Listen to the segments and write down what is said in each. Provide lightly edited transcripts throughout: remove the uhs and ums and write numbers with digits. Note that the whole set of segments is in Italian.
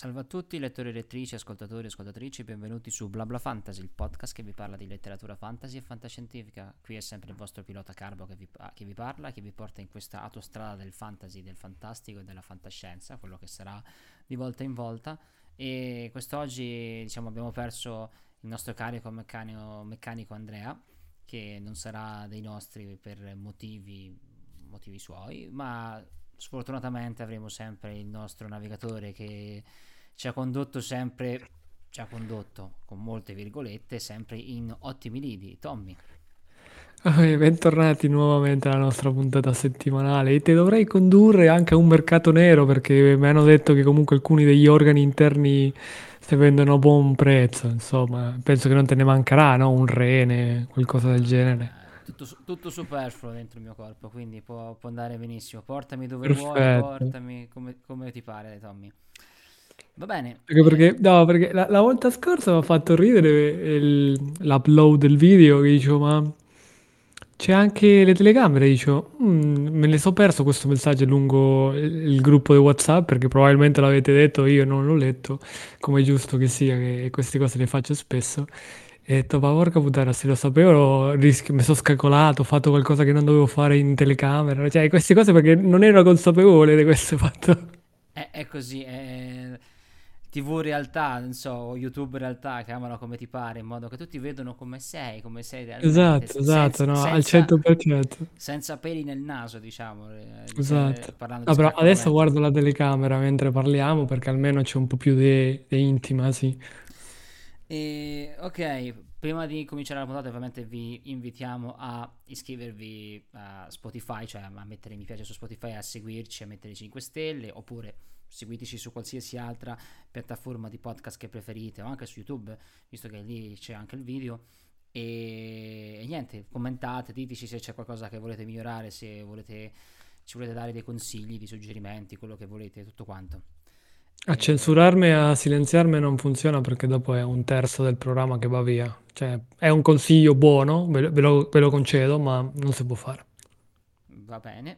Salve a tutti, lettori e lettrici, ascoltatori e ascoltatrici, benvenuti su BlaBla Fantasy, il podcast che vi parla di letteratura fantasy e fantascientifica. Qui è sempre il vostro pilota Carbo che vi parla, che vi porta in questa autostrada del fantasy, del fantastico e della fantascienza, quello che sarà di volta in volta. E quest'oggi, diciamo, abbiamo perso il nostro carico meccanico Andrea, che non sarà dei nostri per motivi suoi, ma sfortunatamente avremo sempre il nostro navigatore che ci ha condotto con molte virgolette, sempre in ottimi lidi. Tommy. Bentornati nuovamente alla nostra puntata settimanale. E te dovrei condurre anche a un mercato nero perché mi hanno detto che comunque alcuni degli organi interni si vendono a buon prezzo. Insomma, penso che non te ne mancherà, no? Un rene, qualcosa del genere. Tutto superfluo dentro il mio corpo, quindi può andare benissimo. Portami dove vuoi, Perfetto. portami come ti pare, Tommy. Va bene. No, perché la volta scorsa mi ha fatto ridere l'upload del video che dicevo, ma c'è anche le telecamere, dicevo, me ne so perso questo messaggio lungo il gruppo di WhatsApp perché probabilmente l'avete detto, io non l'ho letto, come è giusto che sia, che queste cose le faccio spesso. E ho detto, ma porca puttana, se lo sapevo, mi sono scacolato, ho fatto qualcosa che non dovevo fare in telecamera, cioè queste cose perché non ero consapevole di questo fatto. È così, è TV realtà, non so, o YouTube realtà, chiamala come ti pare, in modo che tutti vedono come sei realmente, Esatto, no, al 100%. senza peli nel naso, diciamo, Esatto. parlando di Ah, però adesso scaccolamento. guardo la telecamera mentre parliamo perché almeno c'è un po' più di intima, sì. E, ok, prima di cominciare la puntata ovviamente vi invitiamo a iscrivervi a Spotify, cioè a mettere mi piace su Spotify, a seguirci, a mettere 5 stelle, oppure seguiteci su qualsiasi altra piattaforma di podcast che preferite, o anche su YouTube, visto che lì c'è anche il video. E niente, commentate, diteci se c'è qualcosa che volete migliorare, se ci volete dare dei consigli, dei suggerimenti, quello che volete, tutto quanto. A E censurarmi e a silenziarmi non funziona perché dopo è un terzo del programma che va via. Cioè, è un consiglio buono, ve lo concedo, ma non si può fare. Va bene.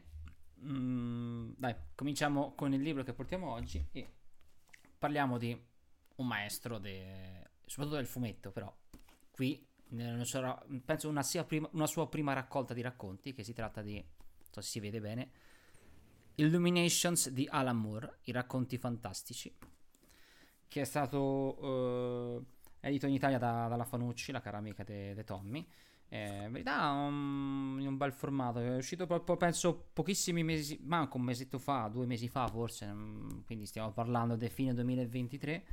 Dai, cominciamo con il libro che portiamo oggi e parliamo di un maestro, soprattutto del fumetto, però qui non sarà, penso una sua prima raccolta di racconti, che si tratta di, non so se si vede bene, Illuminations di Alan Moore, i racconti fantastici, che è stato edito in Italia dalla Fanucci, la cara amica di Tommy. In verità in un bel formato, è uscito proprio penso pochissimi mesi, manco un mesetto fa, 2 mesi fa forse, quindi stiamo parlando del fine 2023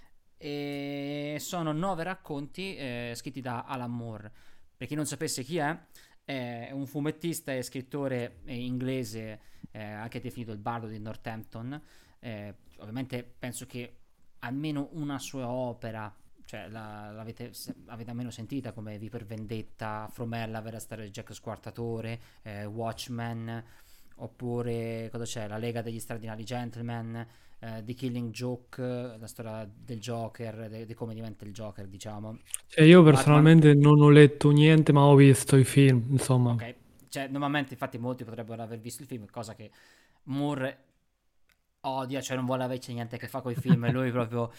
e sono 9 racconti scritti da Alan Moore. Per chi non sapesse chi è un fumettista e scrittore inglese, anche definito il bardo di Northampton. Ovviamente penso che almeno una sua opera, cioè avete almeno sentita, come V per Vendetta, Fromella, Vera Storia di Jack Squartatore, Watchmen, oppure cosa c'è? La Lega degli Straordinari Gentleman, The Killing Joke, la storia del Joker, di come diventa il Joker, diciamo. Cioè, io Batman. personalmente non ho letto niente, ma ho visto i film, insomma. Ok, cioè normalmente infatti molti potrebbero aver visto il film, cosa che Moore odia, cioè non vuole averci niente a che fare con i film. Lui proprio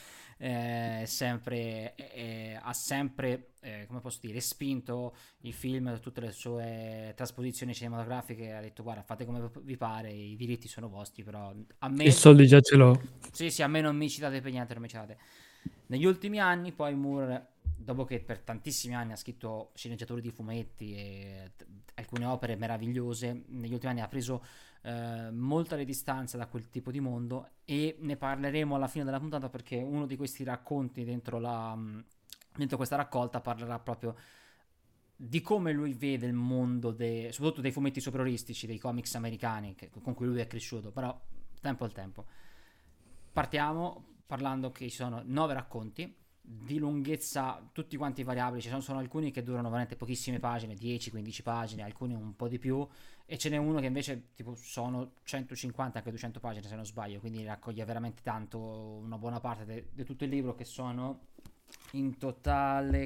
ha sempre, come posso dire, respinto i film, tutte le sue trasposizioni cinematografiche. Ha detto guarda, fate come vi pare, i diritti sono vostri, però a I me, soldi già ce l'ho. sì sì, a me non mi citate per niente, non mi citate. Negli ultimi anni poi Moore, dopo che per tantissimi anni ha scritto sceneggiature di fumetti e alcune opere meravigliose, negli ultimi anni ha preso molta le distanze da quel tipo di mondo, e ne parleremo alla fine della puntata perché uno di questi racconti dentro questa raccolta parlerà proprio di come lui vede il mondo, soprattutto dei fumetti supereristici, dei comics americani con cui lui è cresciuto, però tempo al tempo. Partiamo parlando che ci sono 9 racconti di lunghezza tutti quanti variabili. Sono alcuni che durano veramente pochissime pagine, 10-15 pagine, alcuni un po' di più, e ce n'è uno che invece tipo sono 150, anche 200 pagine se non sbaglio, quindi raccoglie veramente tanto, una buona parte di tutto il libro, che sono in totale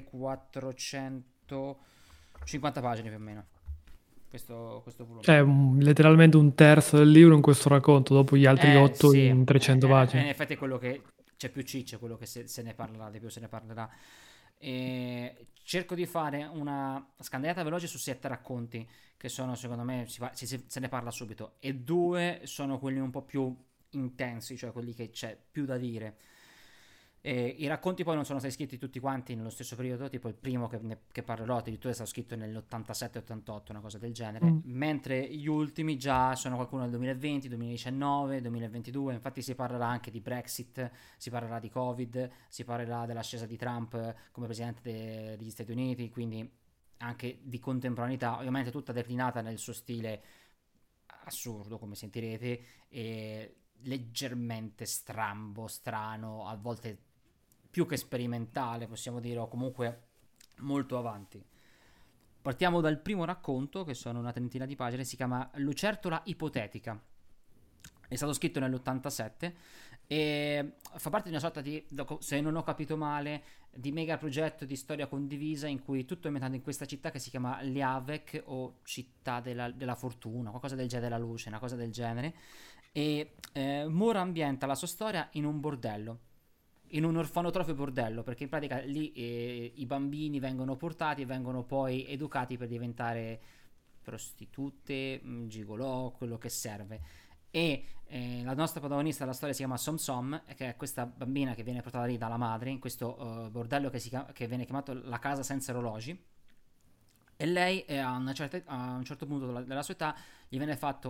450 pagine più o meno, questo volume. Cioè, letteralmente un terzo del libro in questo racconto, dopo gli altri otto Sì, in 300 pagine. in effetti è quello che c'è più ciccia, quello che se ne parlerà di più, se ne parlerà. E cerco di fare una scandagliata veloce su 7 racconti che sono, secondo me, se ne parla subito, e 2 sono quelli un po' più intensi, cioè quelli che c'è più da dire. I racconti poi non sono stati scritti tutti quanti nello stesso periodo, tipo il primo che parlerò addirittura è stato scritto nell'87-88, una cosa del genere, Mm. mentre gli ultimi già sono qualcuno nel 2020, 2019, 2022, infatti si parlerà anche di Brexit, si parlerà di Covid, si parlerà dell'ascesa di Trump come presidente degli Stati Uniti, quindi anche di contemporaneità, ovviamente tutta declinata nel suo stile assurdo, come sentirete, e leggermente strambo, strano, a volte più che sperimentale, possiamo dire, o comunque molto avanti. Partiamo dal primo racconto, che sono una trentina di pagine, si chiama Lucertola ipotetica. È stato scritto nell'87 e fa parte di una sorta di, se non ho capito male, di mega progetto di storia condivisa in cui tutto è ambientato in questa città che si chiama Liavek, o città della fortuna, qualcosa del genere, della luce, una cosa del genere. E Moore ambienta la sua storia in un bordello, in un orfanotrofio bordello, perché in pratica lì i bambini vengono portati e vengono poi educati per diventare prostitute, gigolò, quello che serve. E la nostra protagonista della storia si chiama Som Som, che è questa bambina che viene portata lì dalla madre in questo bordello che viene chiamato la casa senza orologi. E lei a un certo punto della sua età gli viene fatto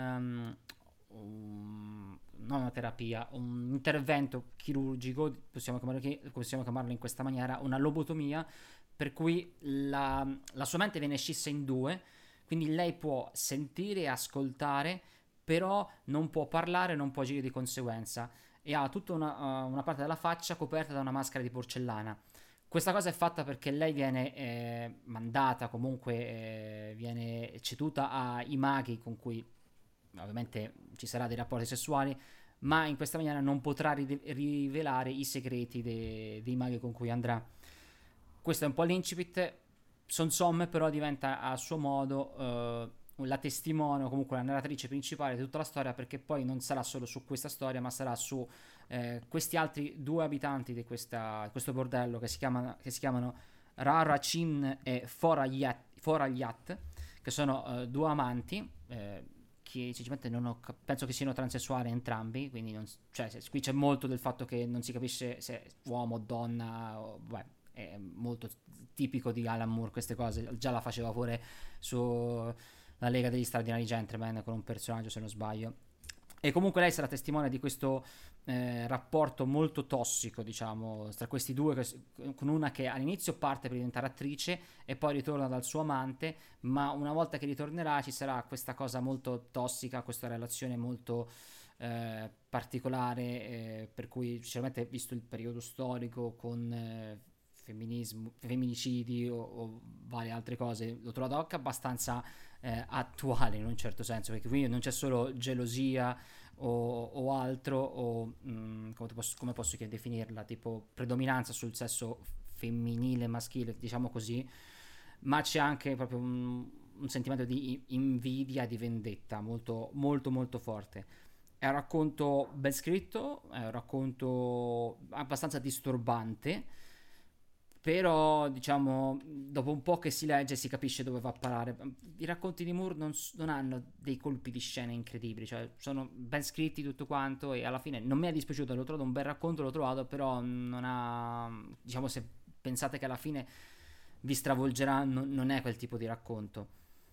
non una terapia, un intervento chirurgico, possiamo chiamarlo in questa maniera, una lobotomia, per cui la sua mente viene scissa in due, quindi lei può sentire e ascoltare, però non può parlare, non può agire di conseguenza, e ha tutta una parte della faccia coperta da una maschera di porcellana. Questa cosa è fatta perché lei viene mandata, comunque viene ceduta ai maghi con cui ovviamente ci sarà dei rapporti sessuali, ma in questa maniera non potrà rivelare i segreti dei maghi con cui andrà. Questo è un po' l'incipit. Son Somme però diventa a suo modo la testimone, o comunque la narratrice principale di tutta la storia, perché poi non sarà solo su questa storia, ma sarà su questi altri due abitanti di questo bordello che si chiamano Rara Chin e Foragliat, che sono due amanti che sinceramente non ho penso che siano transessuali entrambi, quindi cioè, qui c'è molto del fatto che non si capisce se è uomo o donna, è molto tipico di Alan Moore queste cose, già la faceva pure su La Lega degli Straordinari Gentleman con un personaggio, se non sbaglio. E comunque lei sarà testimone di questo rapporto molto tossico, diciamo, tra questi due, con una che all'inizio parte per diventare attrice e poi ritorna dal suo amante, ma una volta che ritornerà ci sarà questa cosa molto tossica, questa relazione molto particolare, per cui sicuramente visto il periodo storico con femminicidi o varie altre cose, l'ho trovato anche abbastanza attuale in un certo senso, perché quindi non c'è solo gelosia o altro, o come posso definirla, tipo predominanza sul sesso femminile, maschile, diciamo così, ma c'è anche proprio un sentimento di invidia, di vendetta molto molto molto forte. È un racconto ben scritto, è un racconto abbastanza disturbante, però diciamo dopo un po' che si legge si capisce dove va a parare. I racconti di Moore non hanno dei colpi di scena incredibili, cioè sono ben scritti tutto quanto, e alla fine non mi è dispiaciuto, l'ho trovato un bel racconto, l'ho trovato, però non ha, diciamo, se pensate che alla fine vi stravolgerà, non è quel tipo di racconto.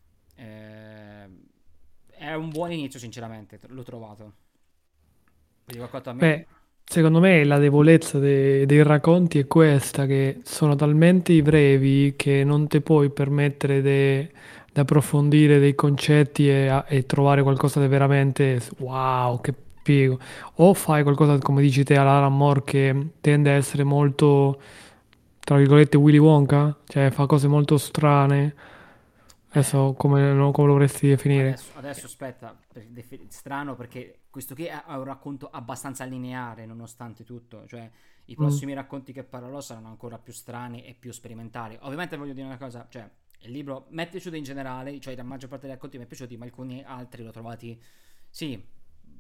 È un buon inizio, sinceramente, l'ho trovato. Vedi qualcosa a me? Beh, secondo me la debolezza dei racconti è questa, che sono talmente brevi che non ti puoi permettere di approfondire dei concetti e trovare qualcosa di veramente wow, che figo. O fai qualcosa, come dici te, all'Alan Moore, che tende a essere molto, tra virgolette, Willy Wonka, cioè fa cose molto strane. Eh, Adesso come, come lo vorresti definire? adesso aspetta, strano, perché questo qui è un racconto abbastanza lineare nonostante tutto, cioè i Mm. prossimi racconti che parlerò saranno ancora più strani e più sperimentali. Ovviamente voglio dire una cosa, cioè il libro mi è piaciuto in generale, cioè la maggior parte dei racconti mi è piaciuti, ma alcuni altri l'ho trovati, sì,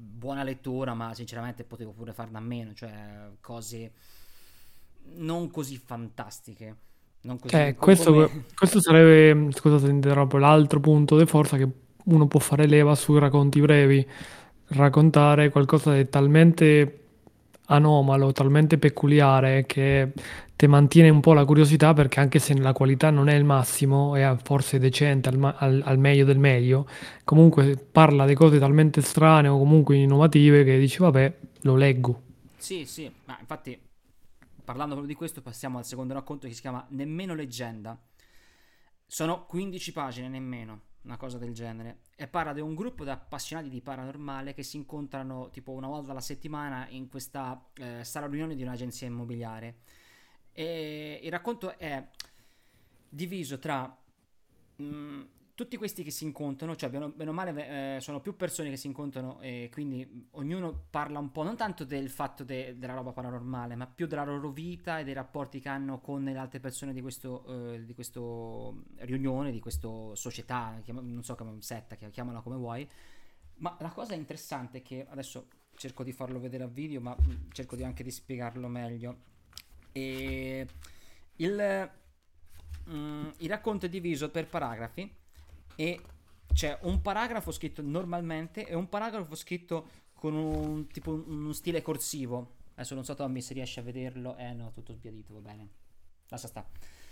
buona lettura, ma sinceramente potevo pure farne a meno, cioè cose non così fantastiche, non così come... Questo sarebbe, scusa se interrompo, l'altro punto di forza che uno può fare leva sui racconti brevi, raccontare qualcosa di talmente anomalo, talmente peculiare che ti mantiene un po' la curiosità perché anche se la qualità non è il massimo, è forse decente al meglio del meglio, comunque parla di cose talmente strane o comunque innovative che dici vabbè, lo leggo. Sì, sì, ma infatti parlando proprio di questo passiamo al secondo racconto che si chiama Nemmeno leggenda. Sono 15 pagine nemmeno, una cosa del genere. E parla di un gruppo di appassionati di paranormale che si incontrano tipo una volta alla settimana in questa sala riunione di un'agenzia immobiliare. E il racconto è diviso tra tutti questi che si incontrano, cioè bene o male sono più persone che si incontrano e quindi ognuno parla un po' non tanto del fatto della roba paranormale, ma più della loro vita e dei rapporti che hanno con le altre persone di questo riunione, di questa società, non so come setta, chiamala come vuoi. Ma la cosa interessante è che adesso cerco di farlo vedere a video, ma cerco anche di spiegarlo meglio. E il, il racconto è diviso per paragrafi e c'è un paragrafo scritto normalmente e un paragrafo scritto con un tipo uno stile corsivo. Adesso non so Tommy se riesci a vederlo. No, tutto sbiadito, va bene. Lascia sta.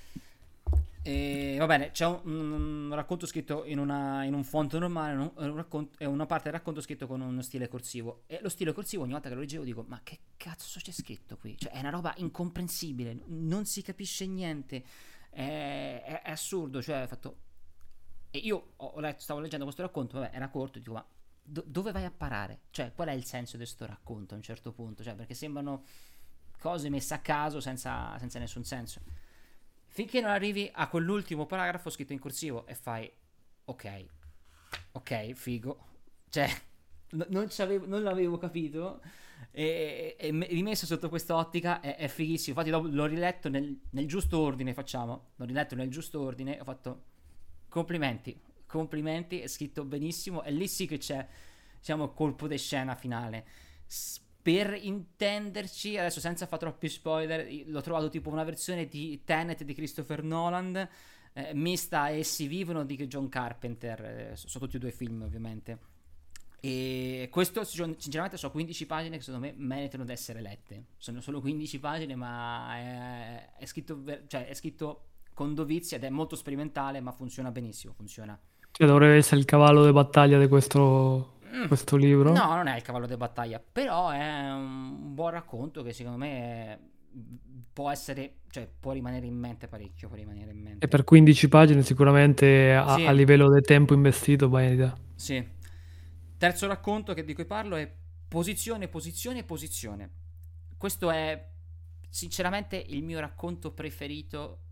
E va bene, c'è un racconto scritto in un font normale e una parte del racconto scritto con uno stile corsivo. E lo stile corsivo ogni volta che lo leggevo dico, ma che cazzo c'è scritto qui? Cioè è una roba incomprensibile, non si capisce niente, è assurdo, cioè ho fatto... E io stavo leggendo questo racconto, vabbè, era corto, dico, ma dove vai a parare? Cioè, qual è il senso di questo racconto a un certo punto? Cioè, perché sembrano cose messe a caso senza nessun senso. Finché non arrivi a quell'ultimo paragrafo scritto in corsivo e fai, ok, ok, figo. Cioè, non l'avevo capito e rimesso sotto questa ottica è fighissimo. Infatti dopo l'ho riletto nel giusto ordine, facciamo. L'ho riletto nel giusto ordine e ho fatto complimenti, complimenti, è scritto benissimo e lì sì che c'è, diciamo, colpo di scena finale. Per intenderci, adesso senza fare troppi spoiler, l'ho trovato tipo una versione di Tenet di Christopher Nolan, mista a Essi vivono di John Carpenter, sono tutti e due film ovviamente. E questo sinceramente sono 15 pagine che secondo me meritano di essere lette. Sono solo 15 pagine, ma è scritto, cioè è scritto con dovizia ed è molto sperimentale, ma funziona benissimo, funziona. Cioè dovrebbe essere il cavallo di battaglia di questo libro. No, non è il cavallo di battaglia, però è un buon racconto che secondo me può essere, cioè può rimanere in mente parecchio, può rimanere in E mente. per 15 pagine sicuramente a Sì, livello di tempo investito, bene idea. sì. Terzo racconto di cui parlo è posizione, posizione, posizione. Questo è sinceramente il mio racconto preferito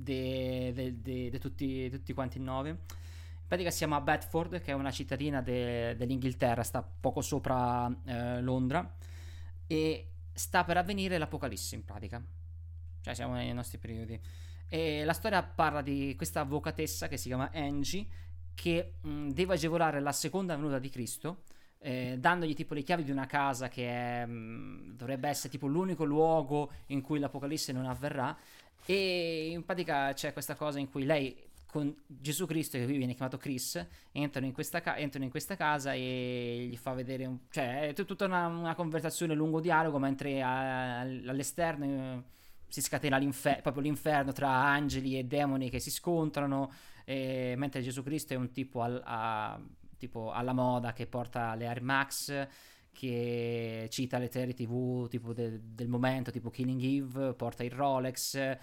di tutti quanti i nove. In pratica siamo a Bedford, che è una cittadina dell'Inghilterra, sta poco sopra Londra, e sta per avvenire l'apocalisse in pratica. Cioè siamo nei nostri periodi. E la storia parla di questa avvocatessa che si chiama Angie, che deve agevolare la seconda venuta di Cristo, dandogli tipo le chiavi di una casa che dovrebbe essere tipo l'unico luogo in cui l'apocalisse non avverrà. E in pratica c'è questa cosa in cui lei con Gesù Cristo, che qui viene chiamato Chris, entrano in questa casa e gli fa vedere cioè è tutta una conversazione lungo dialogo, mentre all'esterno si scatena proprio l'inferno tra angeli e demoni che si scontrano, mentre Gesù Cristo è un tipo tipo alla moda, che porta le Air Max, che cita le serie TV tipo del momento, tipo Killing Eve, porta il Rolex,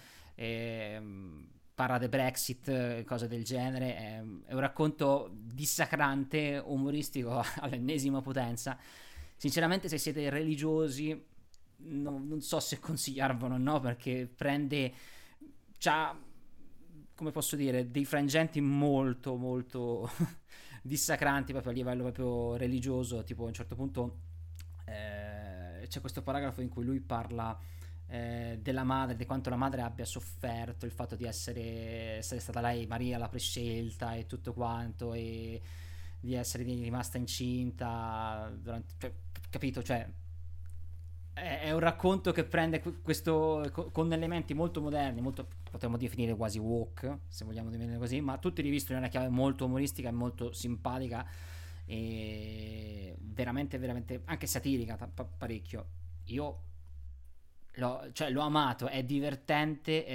parla di Brexit, cose del genere. È un racconto dissacrante, umoristico all'ennesima potenza. Sinceramente, se siete religiosi, non so se consigliarvelo o no, perché prende, c'ha, come posso dire, dei frangenti molto molto dissacranti proprio a livello proprio religioso. Tipo a un certo punto c'è questo paragrafo in cui lui parla della madre, di quanto la madre abbia sofferto il fatto di essere stata lei Maria la prescelta e tutto quanto, e di essere rimasta incinta durante, cioè, capito? Cioè, è un racconto che prende questo con elementi molto moderni, molto potremmo definire quasi woke, se vogliamo definire così, ma tutti rivisti in una chiave molto umoristica e molto simpatica e veramente, veramente anche satirica parecchio. Io l'ho amato, è divertente,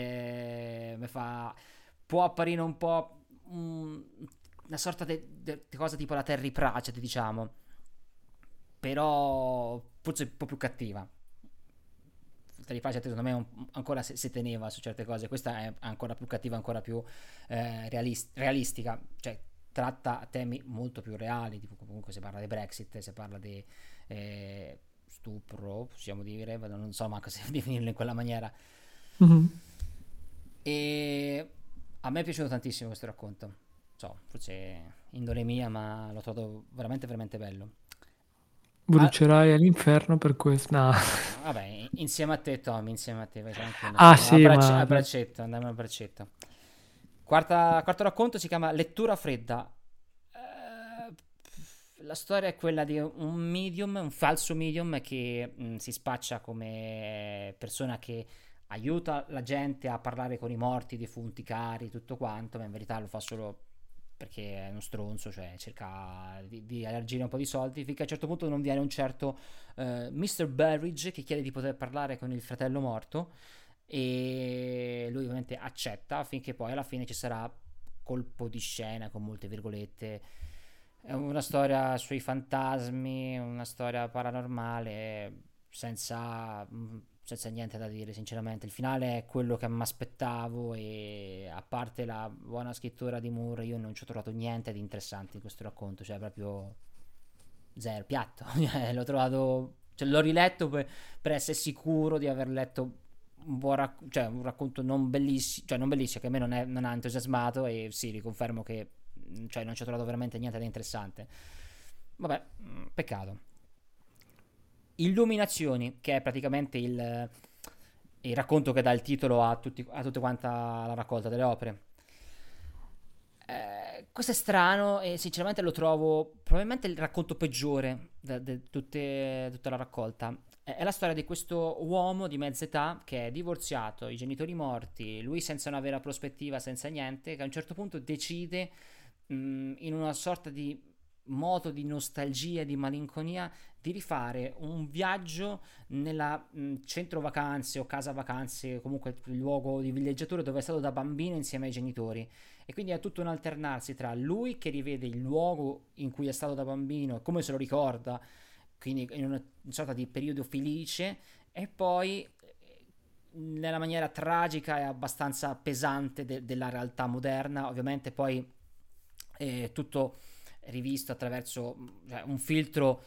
può apparire un po' una sorta di cosa tipo la Terry Pratchett, diciamo, però forse un po' più cattiva. Terry Pratchett secondo me ancora se teneva su certe cose, questa è ancora più cattiva, ancora più realistica, cioè tratta temi molto più reali, tipo comunque si parla di Brexit, si parla di stupro, possiamo dire, ma non so manco se definirlo in quella maniera. Mhm. E a me è piaciuto tantissimo questo racconto, so, forse indole mia, ma l'ho trovato veramente, veramente bello. Ah, Brucerai all'inferno per questo. No. vabbè, insieme a te, Tommy, insieme a te, vai tranquillo. Ah Andiamo sì, a ma braccetto, andiamo a braccetto. Quarto racconto si chiama Lettura fredda. La storia è quella di un medium, un falso medium che si spaccia come persona che aiuta la gente a parlare con i morti, i defunti cari, tutto quanto, ma in verità lo fa solo perché è uno stronzo, cioè cerca di elargire un po' di soldi, finché a un certo punto non viene un certo Mr. Burridge che chiede di poter parlare con il fratello morto e lui ovviamente accetta finché poi alla fine ci sarà colpo di scena con molte virgolette. È una storia sui fantasmi, una storia paranormale senza niente da dire sinceramente. Il finale è quello che mi aspettavo e a parte la buona scrittura di Moore io non ci ho trovato niente di interessante in questo racconto, cioè proprio zero, piatto. L'ho trovato, cioè, l'ho riletto per essere sicuro di aver letto cioè, un racconto non bellissimo, cioè non bellissimo, che a me non ha entusiasmato e sì, riconfermo che cioè, non ci ho trovato veramente niente di interessante. Vabbè, peccato. Illuminazioni, che è praticamente il racconto che dà il titolo a tutta quanta la raccolta delle opere. Questo è strano e sinceramente lo trovo probabilmente il racconto peggiore di tutta la raccolta. È la storia di questo uomo di mezza età che è divorziato, i genitori morti, lui senza una vera prospettiva, senza niente, che a un certo punto decide, in una sorta di moto di nostalgia e di malinconia, di rifare un viaggio nella centro vacanze o casa vacanze, comunque il luogo di villeggiatura dove è stato da bambino insieme ai genitori. E quindi è tutto un alternarsi tra lui che rivede il luogo in cui è stato da bambino e come se lo ricorda, quindi in una sorta di periodo felice, e poi nella maniera tragica e abbastanza pesante della realtà moderna, ovviamente poi tutto rivisto attraverso cioè, un filtro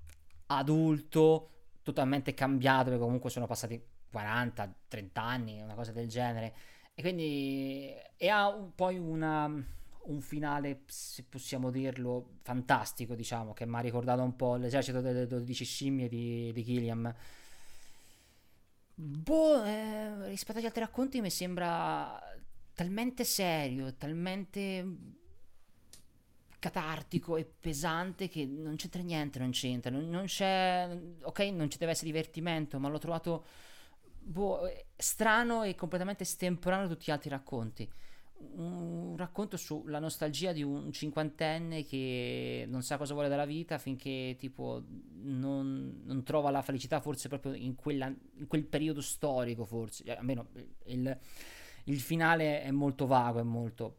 adulto totalmente cambiato, perché comunque sono passati 40-30 anni, una cosa del genere. E quindi e ha poi un finale, se possiamo dirlo, fantastico, diciamo, che mi ha ricordato un po' l'esercito delle 12 scimmie di Gilliam. Boh, rispetto agli altri racconti mi sembra talmente serio, talmente catartico e pesante che non c'entra niente, non c'entra, non c'è, ok, non ci deve essere divertimento, ma l'ho trovato boh, strano e completamente estemporaneo tutti gli altri racconti. Un racconto sulla nostalgia di un cinquantenne che non sa cosa vuole dalla vita finché tipo non trova la felicità forse proprio in quel periodo storico forse, almeno il, il finale è molto vago, è molto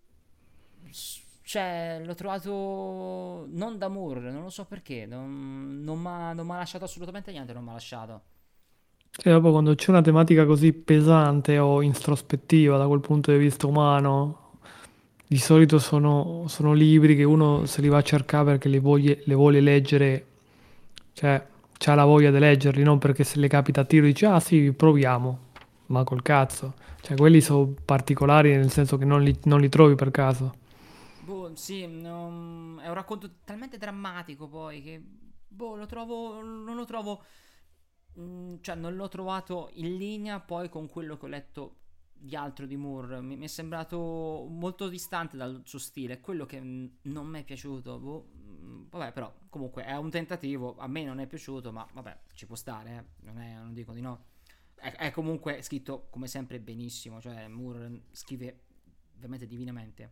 cioè, l'ho trovato non d'amore, non lo so perché, non mi ha lasciato assolutamente niente, non mi ha lasciato. e dopo quando c'è una tematica così pesante o introspettiva da quel punto di vista umano, di solito sono libri che uno se li va a cercare perché le vuole leggere, cioè c'ha la voglia di leggerli, non perché se le capita a tiro dice ah sì, proviamo, ma col cazzo. Cioè quelli sono particolari nel senso che non li trovi per caso. Boh, sì, è un racconto talmente drammatico poi che, boh, non lo trovo, cioè non l'ho trovato in linea poi con quello che ho letto di altro di Moore. Mi è sembrato molto distante dal suo stile. Quello che non mi è piaciuto. Boh, vabbè, però comunque è un tentativo. A me non è piaciuto, ma vabbè, ci può stare. Non dico di no. È comunque scritto come sempre benissimo. Cioè, Moore scrive veramente divinamente.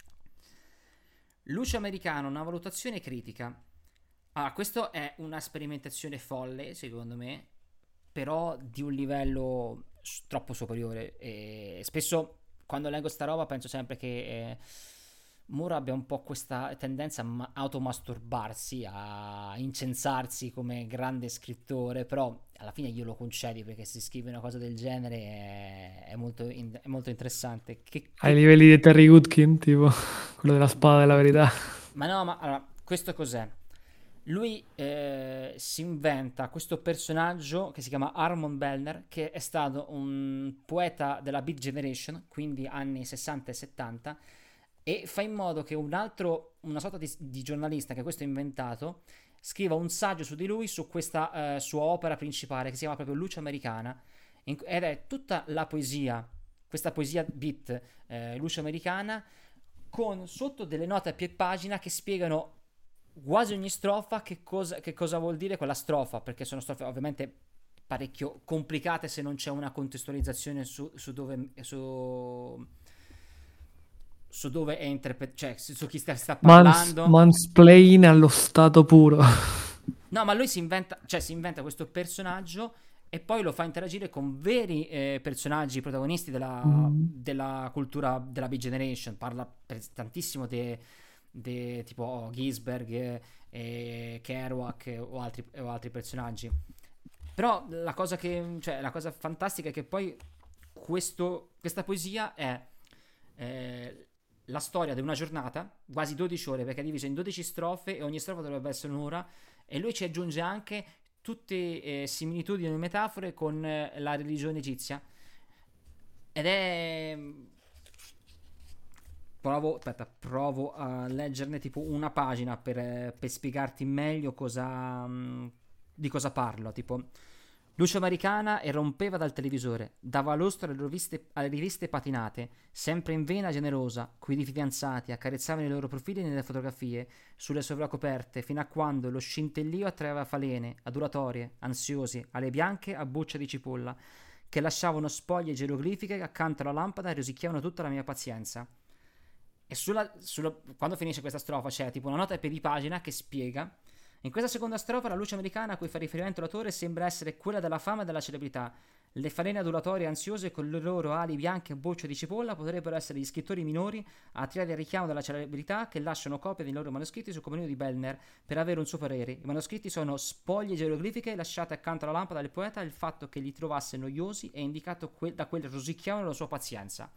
Luce americano, una valutazione critica. Ah, questo è una sperimentazione folle, secondo me, però di un livello troppo superiore. E spesso quando leggo sta roba penso sempre che Moore abbia un po' questa tendenza a automasturbarsi, a incensarsi come grande scrittore, però alla fine glielo concedi perché se scrive una cosa del genere è molto interessante. Ai livelli di Terry Goodkin, tipo quello della spada della verità. Ma no, ma allora, questo cos'è? Lui si inventa questo personaggio che si chiama Armand Bellner, che è stato un poeta della Beat Generation, quindi anni 60 e 70, e fa in modo che una sorta di giornalista che questo ha inventato, scriva un saggio su di lui, su questa sua opera principale, che si chiama proprio Luce Americana, ed è tutta la poesia, questa poesia beat, Luce Americana, con sotto delle note a pie pagina che spiegano quasi ogni strofa che cosa vuol dire quella strofa, perché sono strofe ovviamente parecchio complicate se non c'è una contestualizzazione su dove è cioè su chi sta parlando. Mansplain allo stato puro. No, ma lui si inventa questo personaggio e poi lo fa interagire con veri personaggi protagonisti Mm. della cultura della Big Generation. Parla tantissimo tipo Gisberg e Kerouac o altri personaggi. Però la cosa fantastica è che poi questa poesia è eh, la storia di una giornata, quasi 12 ore, perché è divisa in 12 strofe e ogni strofa dovrebbe essere un'ora. E lui ci aggiunge anche tutte similitudini e metafore con la religione egizia. Ed è. Provo a leggerne tipo una pagina per spiegarti meglio di cosa parlo. Tipo, Luce Americana irrompeva dal televisore, dava lustro alle riviste patinate, sempre in vena generosa, cui i fidanzati accarezzavano i loro profili nelle fotografie, sulle sovracoperte, fino a quando lo scintellio attraeva falene, adulatorie, ansiosi, alle bianche a buccia di cipolla, che lasciavano spoglie geroglifiche che accanto alla lampada rosicchiavano tutta la mia pazienza. E quando finisce questa strofa c'è tipo una nota per di pagina che spiega. In questa seconda strofa la luce americana a cui fa riferimento l'autore sembra essere quella della fama e della celebrità. Le falene adulatorie ansiose con le loro ali bianche e bocce di cipolla potrebbero essere gli scrittori minori a tirare il richiamo della celebrità che lasciano copie dei loro manoscritti sul comunio di Bellner per avere un suo parere. I manoscritti sono spoglie geroglifiche lasciate accanto alla lampada del poeta e il fatto che li trovasse noiosi è indicato da quel rosicchiavano la sua pazienza.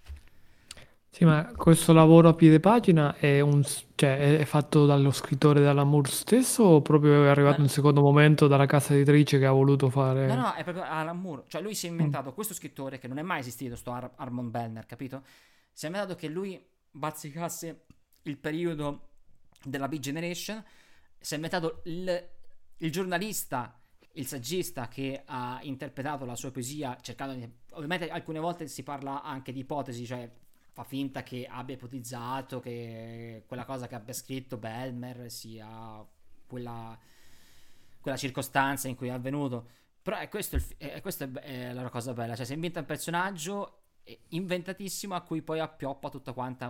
Sì, ma questo lavoro a piede pagina cioè, è fatto dallo scrittore dall'Amour stesso o proprio è Ma arrivato un secondo momento dalla casa editrice che ha voluto no, fare... no, è proprio Alan Moore. Cioè, lui si è Mm. inventato questo scrittore che non è mai esistito, sto Armand Bellner, capito? Si è inventato che lui bazzicasse il periodo della Big Generation. Si è inventato il giornalista, il saggista che ha interpretato la sua poesia, cercando di. Ovviamente, alcune volte si parla anche di ipotesi, cioè fa finta che abbia ipotizzato che quella cosa che abbia scritto Bellmer sia quella quella circostanza in cui è avvenuto. Però questa è la cosa bella, cioè si inventa un personaggio inventatissimo a cui poi appioppa tutta quanta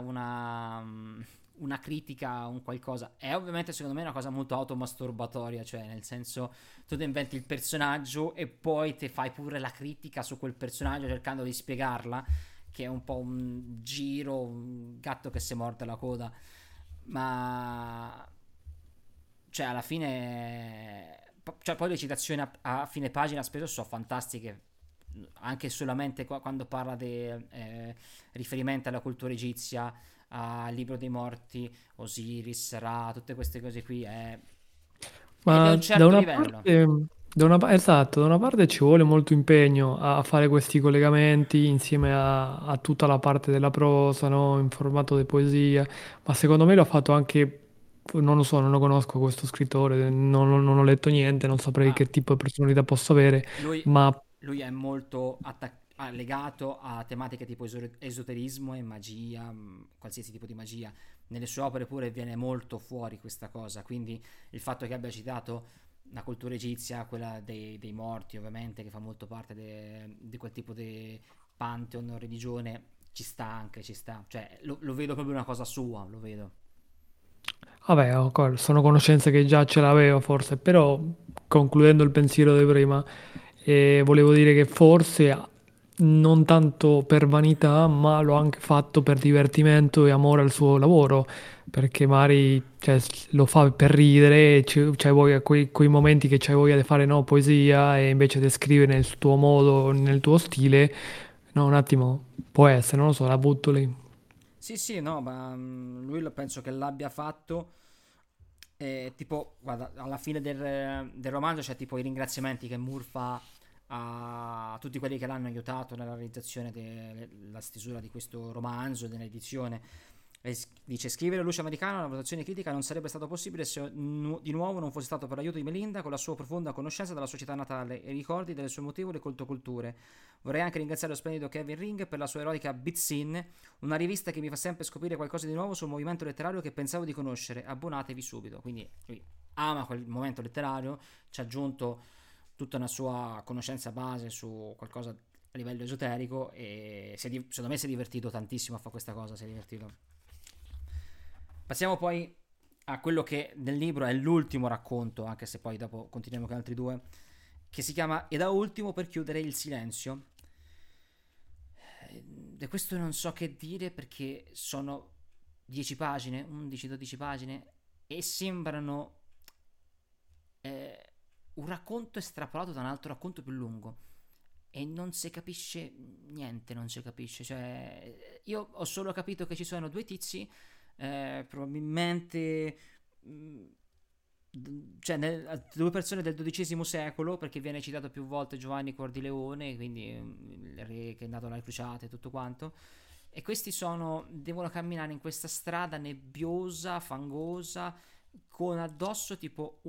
una critica, un qualcosa. È ovviamente secondo me una cosa molto automasturbatoria, cioè nel senso tu ti inventi il personaggio e poi ti fai pure la critica su quel personaggio cercando di spiegarla, che è un po' un giro, un gatto che si morde la coda. Ma cioè alla fine cioè poi le citazioni a fine pagina spesso sono fantastiche, anche solamente quando parla di riferimento alla cultura egizia, al libro dei morti, Osiris, Ra, tutte queste cose qui è di Ma un certo livello. esatto, da una parte ci vuole molto impegno a fare questi collegamenti insieme a tutta la parte della prosa, no? In formato di poesia, ma secondo me l'ha fatto anche, non lo so, non lo conosco questo scrittore, non ho letto niente, non saprei Ma che tipo di personalità possa avere, lui, ma lui è molto legato a tematiche tipo esoterismo e magia, qualsiasi tipo di magia. Nelle sue opere pure viene molto fuori questa cosa, quindi il fatto che abbia citato la cultura egizia, quella dei morti ovviamente, che fa molto parte di quel tipo di pantheon o religione, ci sta anche, ci sta. Cioè, lo vedo proprio una cosa sua, lo vedo. Vabbè, sono conoscenze che già ce l'avevo forse, però concludendo il pensiero di prima, volevo dire che forse non tanto per vanità, ma l'ho anche fatto per divertimento e amore al suo lavoro, perché magari cioè, lo fa per ridere, c'hai voglia, quei momenti che c'hai voglia di fare no, poesia e invece di scrivere nel tuo modo, nel tuo stile, no, un attimo, può essere, non lo so, la butto lì. Sì, sì, no, ma lui penso che l'abbia fatto. Tipo, guarda, alla fine del romanzo c'è tipo i ringraziamenti che Moore fa a tutti quelli che l'hanno aiutato nella realizzazione della stesura di questo romanzo e dell'edizione. Dice: scrivere Luce Americana, una valutazione critica non sarebbe stato possibile se di nuovo non fosse stato per l'aiuto di Melinda, con la sua profonda conoscenza della sua città natale e ricordi delle sue mutevoli coltoculture. Vorrei anche ringraziare lo splendido Kevin Ring per la sua eroica Bitsin, una rivista che mi fa sempre scoprire qualcosa di nuovo sul movimento letterario che pensavo di conoscere. Abbonatevi subito. Quindi lui ama quel momento letterario, ci ha aggiunto tutta una sua conoscenza base su qualcosa a livello esoterico e secondo me si è divertito tantissimo a fare questa cosa, si è divertito. Passiamo poi a quello che nel libro è l'ultimo racconto, anche se poi dopo continuiamo con altri due, che si chiama E da ultimo per chiudere il silenzio. Di questo non so che dire perché sono 10 pagine, 11-12 pagine e sembrano un racconto estrapolato da un altro racconto più lungo e non si capisce niente, non si capisce. Cioè, io ho solo capito che ci sono due tizi, probabilmente cioè due persone del XII secolo, perché viene citato più volte Giovanni Cordileone, quindi il re che è nato alle crociate e tutto quanto. E questi devono camminare in questa strada nebbiosa, fangosa, con addosso tipo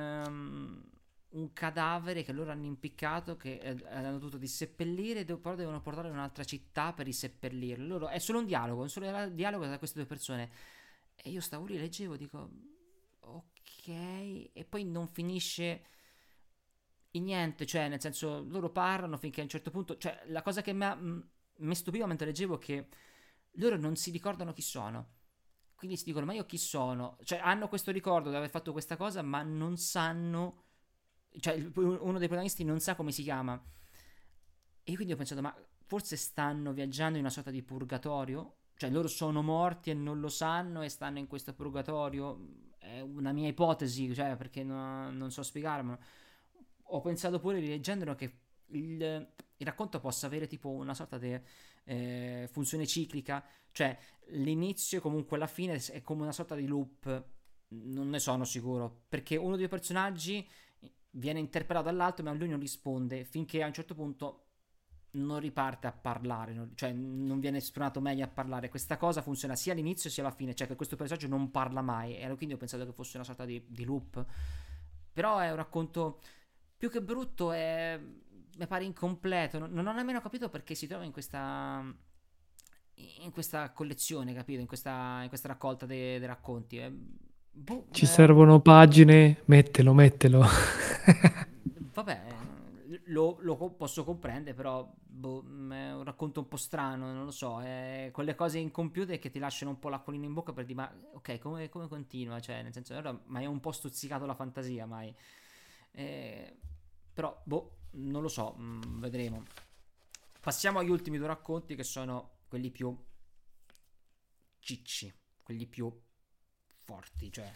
un cadavere che loro hanno impiccato, che hanno dovuto disseppellire, però devono portarlo in un'altra città per riseppellirlo. Loro, è solo un dialogo, dialogo tra queste due persone. E io stavo lì, leggevo, dico, ok, e poi non finisce in niente, cioè nel senso loro parlano finché a un certo punto, cioè la cosa che mi stupiva mentre leggevo è che loro non si ricordano chi sono. Quindi si dicono, ma io chi sono? Cioè hanno questo ricordo di aver fatto questa cosa, ma non sanno, cioè uno dei protagonisti non sa come si chiama. E quindi ho pensato, ma forse stanno viaggiando in una sorta di purgatorio? Cioè loro sono morti e non lo sanno e stanno in questo purgatorio? È una mia ipotesi, cioè perché non so spiegarmelo. Ho pensato pure rileggendolo che il racconto possa avere tipo una sorta di funzione ciclica, cioè l'inizio e comunque la fine è come una sorta di loop, non ne sono sicuro, perché uno dei personaggi viene interpellato dall'altro ma lui non risponde finché a un certo punto non riparte a parlare, cioè non viene sprontato meglio a parlare. Questa cosa funziona sia all'inizio sia alla fine, cioè che questo personaggio non parla mai, e quindi ho pensato che fosse una sorta di loop. Però è un racconto più che brutto, mi pare incompleto. Non ho nemmeno capito perché si trova in questa collezione, capito? In questa raccolta dei racconti. Boh, Ci servono pagine, mettelo, mettelo. vabbè, posso comprendere, però boh, è un racconto un po' strano, non lo so. È quelle cose incompiute che ti lasciano un po' l'acquolina in bocca per dire, ma ok, come continua? Cioè, nel senso, allora, ma è un po' stuzzicato la fantasia, mai. Eh, però, boh, non lo so, vedremo. Passiamo agli ultimi due racconti che sono quelli più cicci, quelli più forti, cioè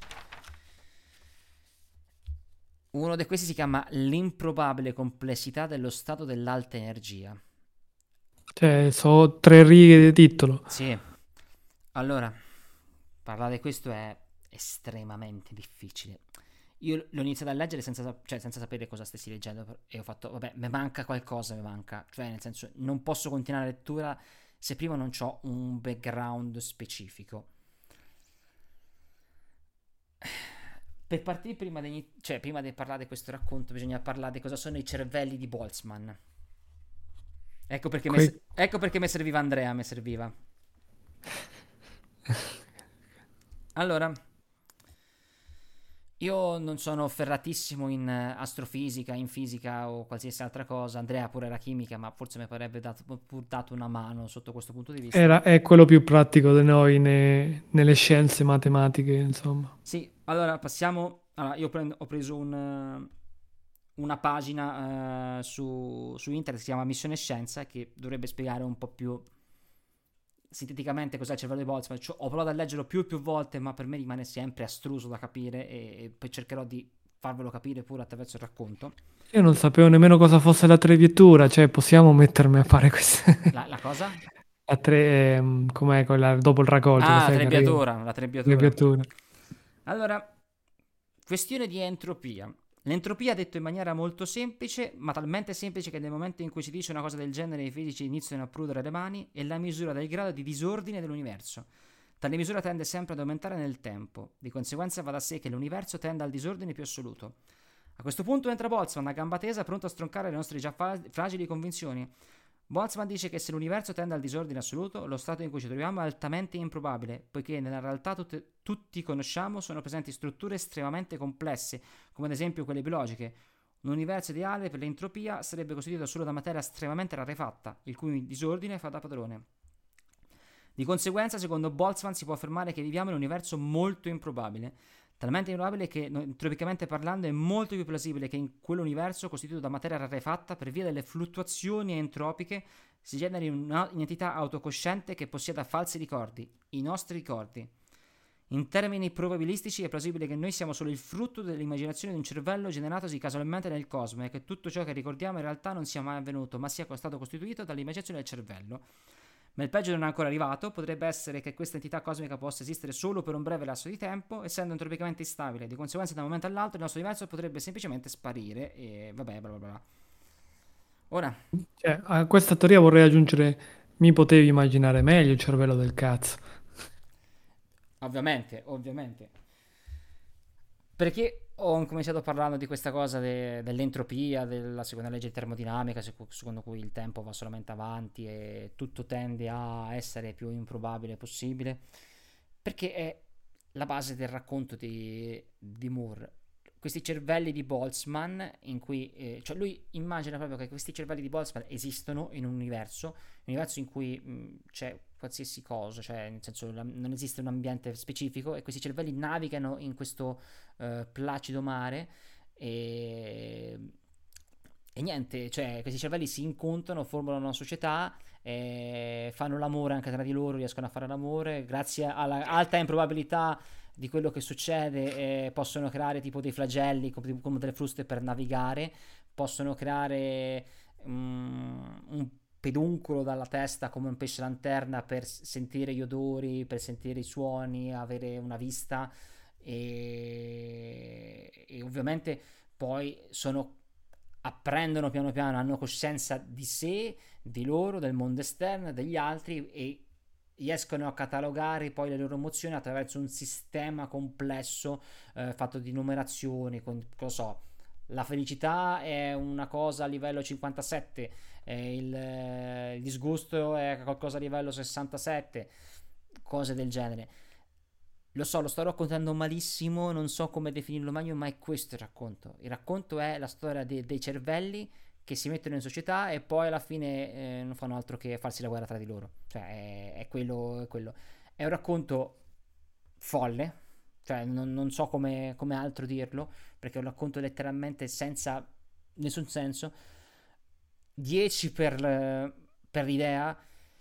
uno di questi si chiama L'improbabile complessità dello stato dell'alta energia. Cioè, so 3 righe di titolo. Sì, allora, parlare di questo è estremamente difficile. Io l'ho iniziato a leggere senza sapere cosa stessi leggendo e ho fatto, vabbè, mi manca qualcosa, mi manca. Cioè, nel senso, non posso continuare la lettura se prima non ho un background specifico. Per partire prima di parlare di questo racconto, bisogna parlare di cosa sono i cervelli di Boltzmann. Quei- Ecco perché mi serviva Andrea, mi serviva. Allora, io non sono ferratissimo in astrofisica, in fisica o qualsiasi altra cosa. Andrea pure era chimica, ma forse mi avrebbe pur dato una mano sotto questo punto di vista. è quello più pratico di noi nelle scienze matematiche, insomma. Sì, allora passiamo. Allora, ho preso una pagina su internet che si chiama Missione Scienza, che dovrebbe spiegare un po' più sinteticamente cos'è il cervello di Boltzmann. Ho provato a leggerlo più e più volte, ma per me rimane sempre astruso da capire e poi cercherò di farvelo capire pure attraverso il racconto. Io non sapevo nemmeno cosa fosse la treviatura, cioè possiamo mettermi a fare queste... La cosa? Com'è quella dopo il raccolto, Ah, cos'è che arriva? la trebbiatura. Treviatura. Allora, questione di entropia. L'entropia, detto in maniera molto semplice, ma talmente semplice che nel momento in cui si dice una cosa del genere i fisici iniziano a prudere le mani, è la misura del grado di disordine dell'universo. Tale misura tende sempre ad aumentare nel tempo, di conseguenza va da sé che l'universo tenda al disordine più assoluto. A questo punto entra Boltzmann a gamba tesa, pronto a stroncare le nostre già fragili convinzioni. Boltzmann dice che se l'universo tende al disordine assoluto, lo stato in cui ci troviamo è altamente improbabile, poiché nella realtà tutti conosciamo sono presenti strutture estremamente complesse, come ad esempio quelle biologiche. Un universo ideale per l'entropia sarebbe costituito solo da materia estremamente rarefatta, il cui disordine fa da padrone. Di conseguenza, secondo Boltzmann, si può affermare che viviamo in un universo molto improbabile, talmente improbabile che, entropicamente parlando, è molto più plausibile che in quell'universo costituito da materia rarefatta, per via delle fluttuazioni entropiche, si generi un'entità autocosciente che possieda falsi ricordi, i nostri ricordi. In termini probabilistici è plausibile che noi siamo solo il frutto dell'immaginazione di un cervello generatosi casualmente nel cosmo e che tutto ciò che ricordiamo in realtà non sia mai avvenuto, ma sia stato costituito dall'immaginazione del cervello. Ma il peggio non è ancora arrivato, potrebbe essere che questa entità cosmica possa esistere solo per un breve lasso di tempo, essendo entropicamente instabile, di conseguenza da un momento all'altro il nostro universo potrebbe semplicemente sparire e vabbè bla bla bla. Ora, Cioè, a questa teoria vorrei aggiungere, mi potevi immaginare meglio il cervello del cazzo. ovviamente, perché ho cominciato parlando di questa cosa dell'entropia, della seconda legge di termodinamica, secondo cui il tempo va solamente avanti e tutto tende a essere più improbabile possibile, perché è la base del racconto di Moore. Questi cervelli di Boltzmann, in cui cioè lui immagina proprio che questi cervelli di Boltzmann esistono in un universo in cui c'è qualsiasi cosa, cioè nel senso non esiste un ambiente specifico e questi cervelli navigano in questo placido mare e, e niente, cioè questi cervelli si incontrano, formano una società, fanno l'amore anche tra di loro, riescono a fare l'amore, grazie alla alta improbabilità di quello che succede, possono creare tipo dei flagelli come delle fruste per navigare, possono creare un peduncolo dalla testa come un pesce lanterna per sentire gli odori, per sentire i suoni, avere una vista e ovviamente poi apprendono piano piano, hanno coscienza di sé, di loro, del mondo esterno, degli altri e riescono a catalogare poi le loro emozioni attraverso un sistema complesso fatto di numerazioni, lo so, la felicità è una cosa a livello 57, il disgusto è qualcosa a livello 67, cose del genere. Lo so, lo sto raccontando malissimo, non so come definirlo meglio, ma è questo il racconto. Il racconto è la storia dei cervelli che si mettono in società e poi alla fine non fanno altro che farsi la guerra tra di loro. Cioè, è quello, è quello. È un racconto folle, cioè non so come altro dirlo, perché è un racconto letteralmente senza nessun senso. 10 per l'idea,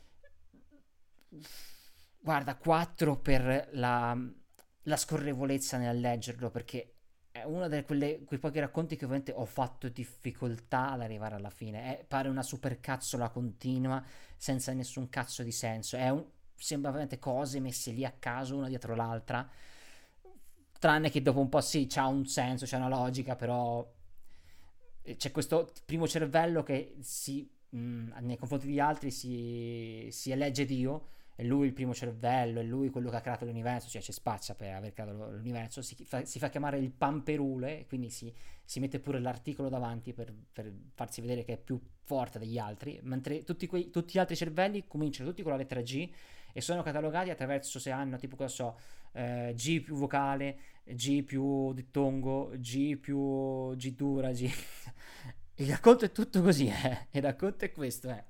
guarda, 4 per la scorrevolezza nel leggerlo, perché è uno di quei pochi racconti che ovviamente ho fatto difficoltà ad arrivare alla fine. Pare una supercazzola continua, senza nessun cazzo di senso. Sembra veramente cose messe lì a caso, una dietro l'altra. Tranne che dopo un po' sì, c'ha un senso, c'è una logica, però c'è questo primo cervello che nei confronti di altri si elegge Dio è lui il primo cervello, è lui quello che ha creato l'universo, cioè c'è spazio per aver creato l'universo, si fa chiamare il Pamperule, quindi si mette pure l'articolo davanti per farsi vedere che è più forte degli altri, mentre tutti gli altri cervelli cominciano tutti con la lettera G e sono catalogati attraverso se hanno tipo cosa so, G più vocale, G più dittongo, G più G dura, G... Il racconto è tutto così, il racconto è questo, eh.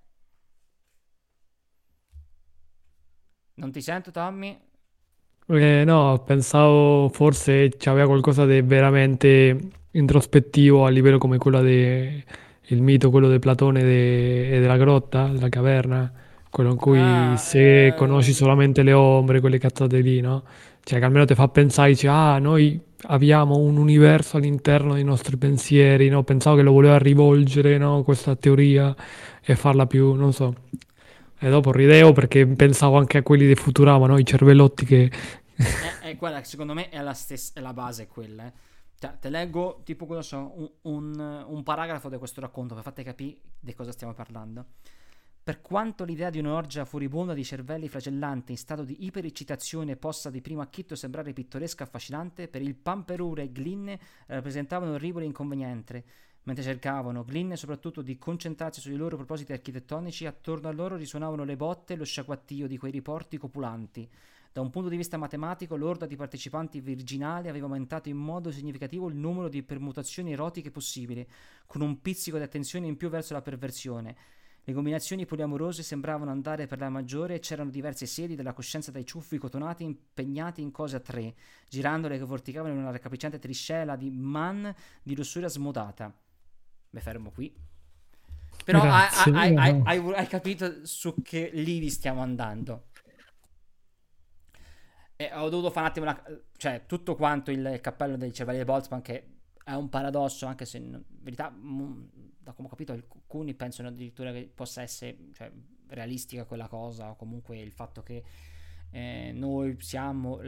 Non ti sento, Tommy? No, pensavo forse c'aveva qualcosa di veramente introspettivo a livello come quello il mito, quello di Platone e della grotta, della caverna, quello in cui Ah, se conosci solamente le ombre, quelle cazzate lì, no? Cioè che almeno ti fa pensare, dici, ah, noi abbiamo un universo all'interno dei nostri pensieri, no? Pensavo che lo voleva rivolgere, no? Questa teoria e farla più, non so. E dopo ridevo perché pensavo anche a quelli di Futurama, no? I cervellotti che è quella che secondo me è la stessa, è la base, è quella. Cioè, te leggo tipo cosa so, un paragrafo di questo racconto per farti capire di cosa stiamo parlando. Per quanto l'idea di un'orgia furibonda di cervelli flagellanti in stato di ipereccitazione possa di primo acchito sembrare pittoresca e affascinante, per il Pamperure e Glinne rappresentava un orribile inconveniente. Mentre cercavano, Glinne soprattutto, di concentrarsi sui loro propositi architettonici, attorno a loro risuonavano le botte e lo sciacquattio di quei riporti copulanti. Da un punto di vista matematico, l'orda di partecipanti virginali aveva aumentato in modo significativo il numero di permutazioni erotiche possibili, con un pizzico di attenzione in più verso la perversione. Le combinazioni poliamorose sembravano andare per la maggiore e c'erano diverse sedi della coscienza dai ciuffi cotonati impegnati in cose a tre, girandole che vorticavano in una raccapricciante triscella di man di lussuria smodata. Mi fermo qui. Però Grazie. No. hai capito su che livi stiamo andando. E ho dovuto fare un attimo cioè tutto quanto il cappello del Chevalier Boltzmann, che è un paradosso, anche se in verità, da come ho capito, alcuni pensano addirittura che possa essere, cioè, realistica quella cosa, o comunque il fatto che noi siamo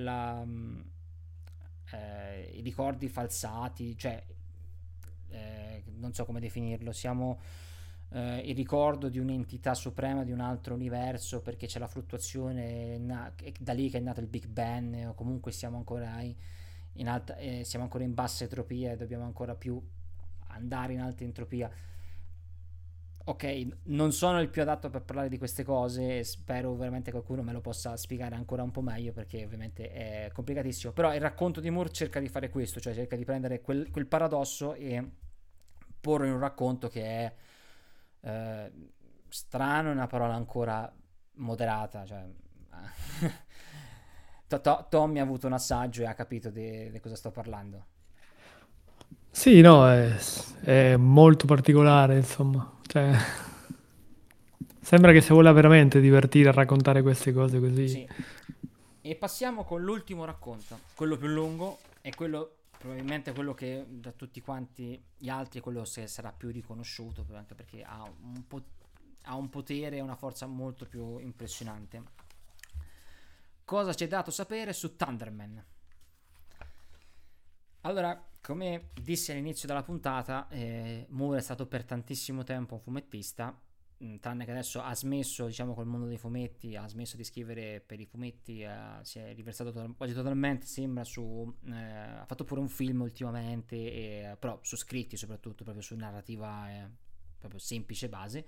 i ricordi falsati, cioè non so come definirlo, siamo il ricordo di un'entità suprema di un altro universo, perché c'è la fluttuazione, è da lì che è nato il Big Bang, o comunque siamo ancora siamo ancora in bassa entropia e dobbiamo ancora più andare in alta entropia. Ok, non sono il più adatto per parlare di queste cose, spero veramente qualcuno me lo possa spiegare ancora un po' meglio, perché ovviamente è complicatissimo, però il racconto di Moore cerca di fare questo, cioè cerca di prendere quel paradosso e porlo in un racconto che è eh, strano, è una parola ancora moderata, cioè Tommy ha avuto un assaggio e ha capito di cosa sto parlando. Sì, no, è molto particolare, insomma. Cioè, sembra che si vuole veramente divertire a raccontare queste cose così. Sì. E passiamo con l'ultimo racconto, quello più lungo e quello probabilmente quello che da tutti quanti gli altri è quello che sarà più riconosciuto, anche perché ha un potere e una forza molto più impressionante. Cosa ci è dato sapere su Thunderman? Allora, come dissi all'inizio della puntata, Moore è stato per tantissimo tempo un fumettista, tranne che adesso ha smesso, diciamo, col mondo dei fumetti, ha smesso di scrivere per i fumetti, si è riversato quasi totalmente, sembra, ha fatto pure un film ultimamente, però su scritti soprattutto, proprio su narrativa proprio semplice base.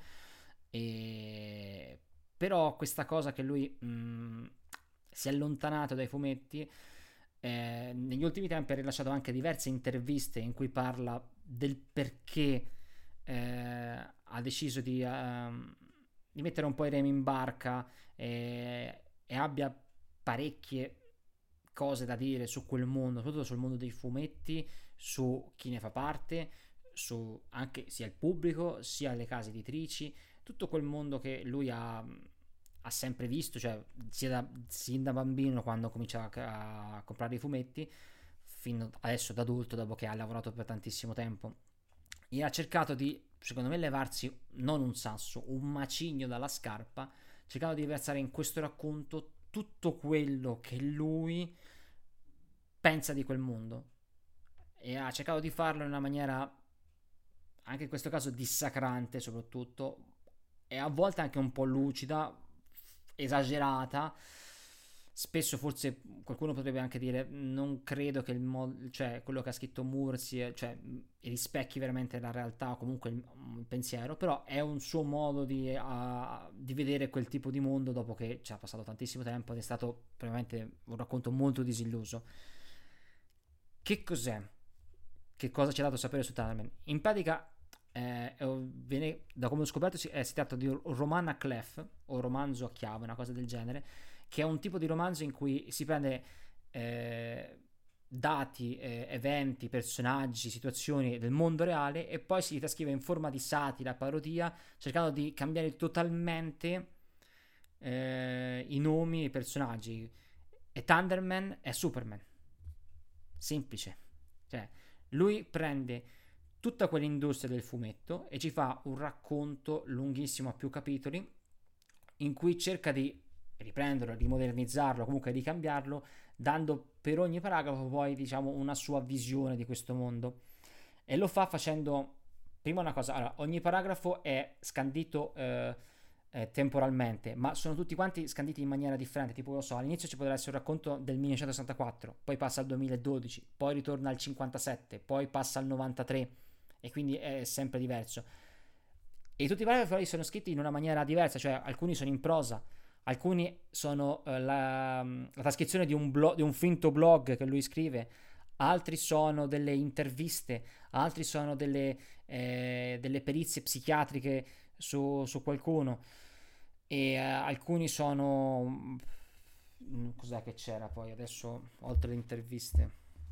Però questa cosa che lui si è allontanato dai fumetti, negli ultimi tempi ha rilasciato anche diverse interviste in cui parla del perché ha deciso di mettere un po' i remi in barca, e abbia parecchie cose da dire su quel mondo, soprattutto sul mondo dei fumetti, su chi ne fa parte, su anche sia il pubblico sia le case editrici, tutto quel mondo che lui ha sempre visto, cioè sin da bambino, quando cominciava a comprare i fumetti, fino adesso da adulto, dopo che ha lavorato per tantissimo tempo, e ha cercato di, secondo me, levarsi non un sasso, un macigno dalla scarpa, cercando di versare in questo racconto tutto quello che lui pensa di quel mondo, e ha cercato di farlo in una maniera, anche in questo caso, dissacrante soprattutto, e a volte anche un po' lucida, esagerata. Spesso forse qualcuno potrebbe anche dire non credo che cioè quello che ha scritto Moore cioè, rispecchi veramente la realtà o comunque il pensiero, però è un suo modo di vedere quel tipo di mondo dopo che ci ha passato tantissimo tempo ed è stato probabilmente un racconto molto disilluso. Che cos'è? Che cosa ci ha dato a sapere su Thunderman? In pratica, da come ho scoperto, si tratta di un roman a clef o romanzo a chiave, una cosa del genere, che è un tipo di romanzo in cui si prende eh, dati, eventi, personaggi, situazioni del mondo reale e poi si trascrive in forma di satira, parodia, cercando di cambiare totalmente i nomi, i personaggi. E Thunderman è Superman. Semplice. Cioè, lui prende tutta quell'industria del fumetto e ci fa un racconto lunghissimo a più capitoli in cui cerca di riprenderlo, di modernizzarlo, comunque di cambiarlo, dando per ogni paragrafo poi diciamo una sua visione di questo mondo. E lo fa facendo prima una cosa, allora, ogni paragrafo è scandito temporalmente, ma sono tutti quanti scanditi in maniera differente, tipo lo so, all'inizio ci potrà essere un racconto del 1964, poi passa al 2012, poi ritorna al 57, poi passa al 93 e quindi è sempre diverso. E tutti i paragrafi sono scritti in una maniera diversa, cioè alcuni sono in prosa, alcuni sono la trascrizione di un finto blog che lui scrive, altri sono delle interviste, altri sono delle perizie psichiatriche su qualcuno e alcuni sono cos'è che c'era poi adesso oltre le interviste.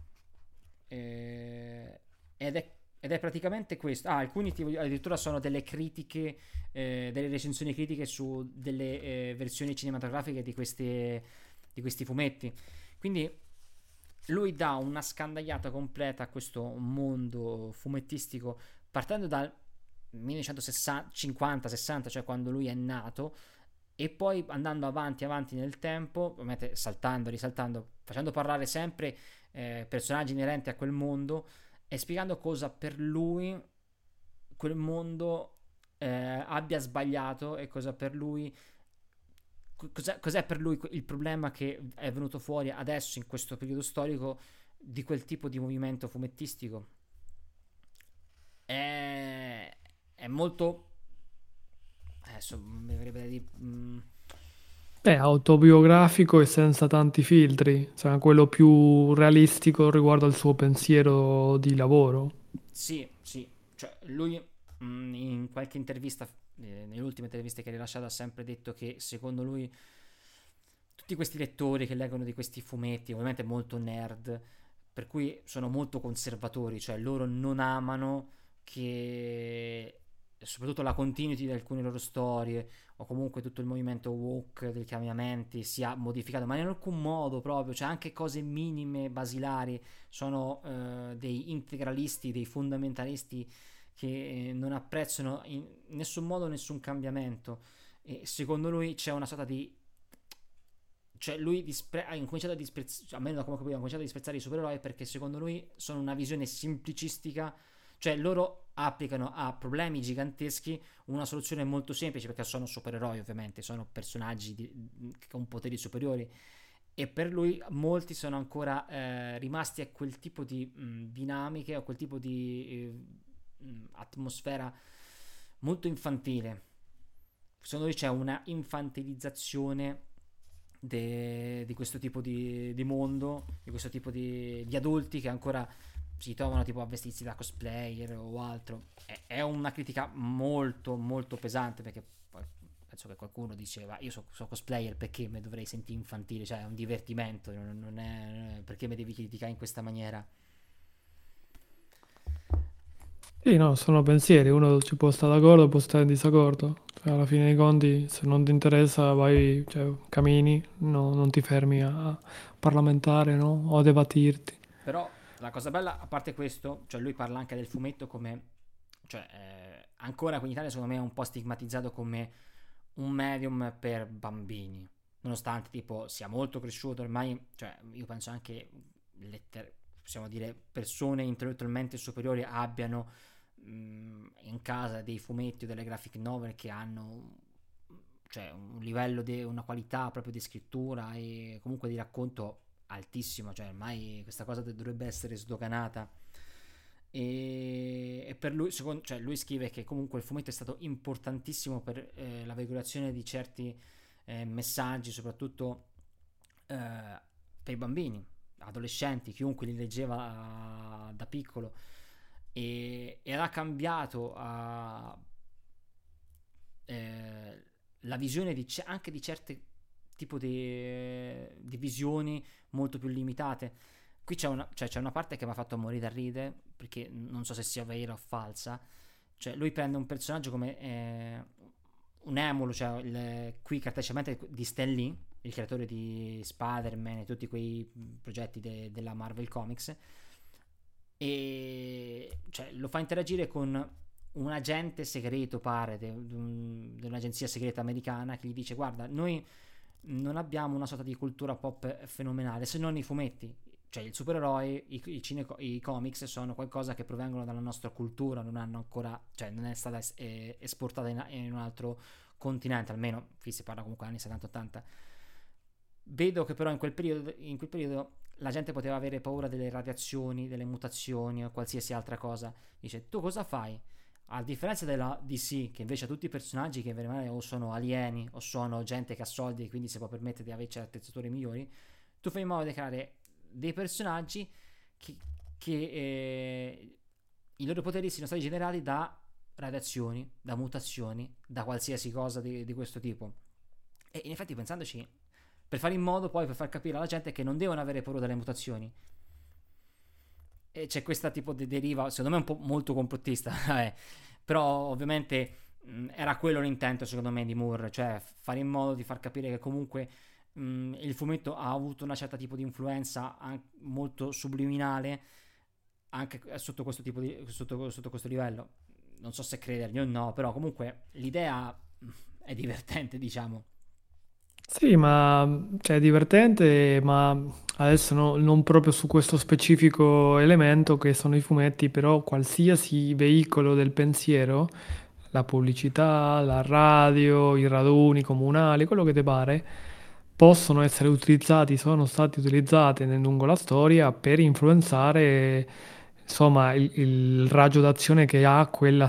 Eh, ed è praticamente questo. Ah, alcuni addirittura sono delle critiche, delle recensioni critiche su delle versioni cinematografiche di questi fumetti. Quindi lui dà una scandagliata completa a questo mondo fumettistico partendo dal 1950-60, cioè quando lui è nato, e poi andando avanti avanti nel tempo, ovviamente saltando, risaltando, facendo parlare sempre personaggi inerenti a quel mondo e spiegando cosa per lui quel mondo abbia sbagliato e cosa per lui cos'è per lui il problema che è venuto fuori adesso in questo periodo storico di quel tipo di movimento fumettistico. È molto adesso mi verrebbe da dire È autobiografico e senza tanti filtri, cioè quello più realistico riguardo al suo pensiero di lavoro. sì, sì, cioè lui in qualche intervista, nelle ultime interviste che ha rilasciato, ha sempre detto che secondo lui tutti questi lettori che leggono di questi fumetti, ovviamente molto nerd, per cui sono molto conservatori, cioè loro non amano che soprattutto la continuity di alcune loro storie o comunque tutto il movimento woke dei cambiamenti sia modificato, ma in alcun modo proprio, cioè anche cose minime, basilari, sono dei integralisti, dei fondamentalisti che non apprezzano in nessun modo nessun cambiamento e secondo lui c'è una sorta di cioè lui ha incominciato a disprezzare, almeno da come capivo, ha cominciato a disprezzare i supereroi perché secondo lui sono una visione semplicistica, cioè loro applicano a problemi giganteschi una soluzione molto semplice perché sono supereroi ovviamente, sono personaggi con poteri superiori e per lui molti sono ancora rimasti a quel tipo di dinamiche, a quel tipo di atmosfera molto infantile. Secondo lui c'è una infantilizzazione di questo tipo di mondo, di questo tipo di adulti che ancora si trovano tipo a vestirsi da cosplayer o altro. È una critica molto molto pesante perché poi penso che qualcuno diceva io so cosplayer perché mi dovrei sentire infantile, cioè è un divertimento, non è perché mi devi criticare in questa maniera. Sì, no, sono pensieri, uno ci può stare d'accordo, può stare in disaccordo. Cioè, alla fine dei conti, se non ti interessa, vai, cioè, cammini, non ti fermi a parlamentare, no? O a debattirti. Però la cosa bella, a parte questo, cioè lui parla anche del fumetto come, cioè ancora qui in Italia secondo me è un po' stigmatizzato come un medium per bambini, nonostante tipo sia molto cresciuto ormai, cioè io penso anche possiamo dire persone intellettualmente superiori abbiano in casa dei fumetti o delle graphic novel che hanno cioè un livello di una qualità proprio di scrittura e comunque di racconto altissimo, cioè ormai questa cosa dovrebbe essere sdoganata. E per lui, cioè lui scrive che comunque il fumetto è stato importantissimo per la veicolazione di certi messaggi, soprattutto per i bambini, adolescenti, chiunque li leggeva da piccolo, ed ha cambiato la visione anche di certe tipo di visioni molto più limitate. Qui c'è una parte che mi ha fatto morire da ridere, perché non so se sia vera o falsa. Cioè lui prende un personaggio come un emulo, cioè qui cartaceamente di Stan Lee, il creatore di Spider-Man e tutti quei progetti della Marvel Comics, e cioè, lo fa interagire con un agente segreto, pare, di un'agenzia segreta americana, che gli dice: guarda, noi non abbiamo una sorta di cultura pop fenomenale, se non i fumetti. Cioè il supereroe, i comics sono qualcosa che provengono dalla nostra cultura, non hanno ancora, cioè non è stata esportata in un altro continente, almeno qui si parla comunque anni 70-80. Vedo che però in quel periodo la gente poteva avere paura delle radiazioni, delle mutazioni o qualsiasi altra cosa. Dice: tu cosa fai? A differenza della DC, che invece ha tutti i personaggi che veramente o sono alieni o sono gente che ha soldi e quindi si può permettere di avere attrezzature migliori, tu fai in modo di creare dei personaggi che i loro poteri siano stati generati da radiazioni, da mutazioni, da qualsiasi cosa di questo tipo. E in effetti, pensandoci, per fare in modo poi, per far capire alla gente che non devono avere paura delle mutazioni. E c'è questa tipo di deriva, secondo me un po' molto complottista, però ovviamente era quello l'intento, secondo me, di Moore, cioè fare in modo di far capire che comunque il fumetto ha avuto una certa tipo di influenza molto subliminale anche sotto questo tipo sotto questo livello. Non so se credergli o no, però comunque l'idea è divertente, diciamo. Sì, ma cioè, è divertente, ma adesso non proprio su questo specifico elemento che sono i fumetti, però qualsiasi veicolo del pensiero, la pubblicità, la radio, i raduni comunali, quello che ti pare, possono essere utilizzati, sono stati utilizzati lungo la storia per influenzare, insomma, il raggio d'azione che ha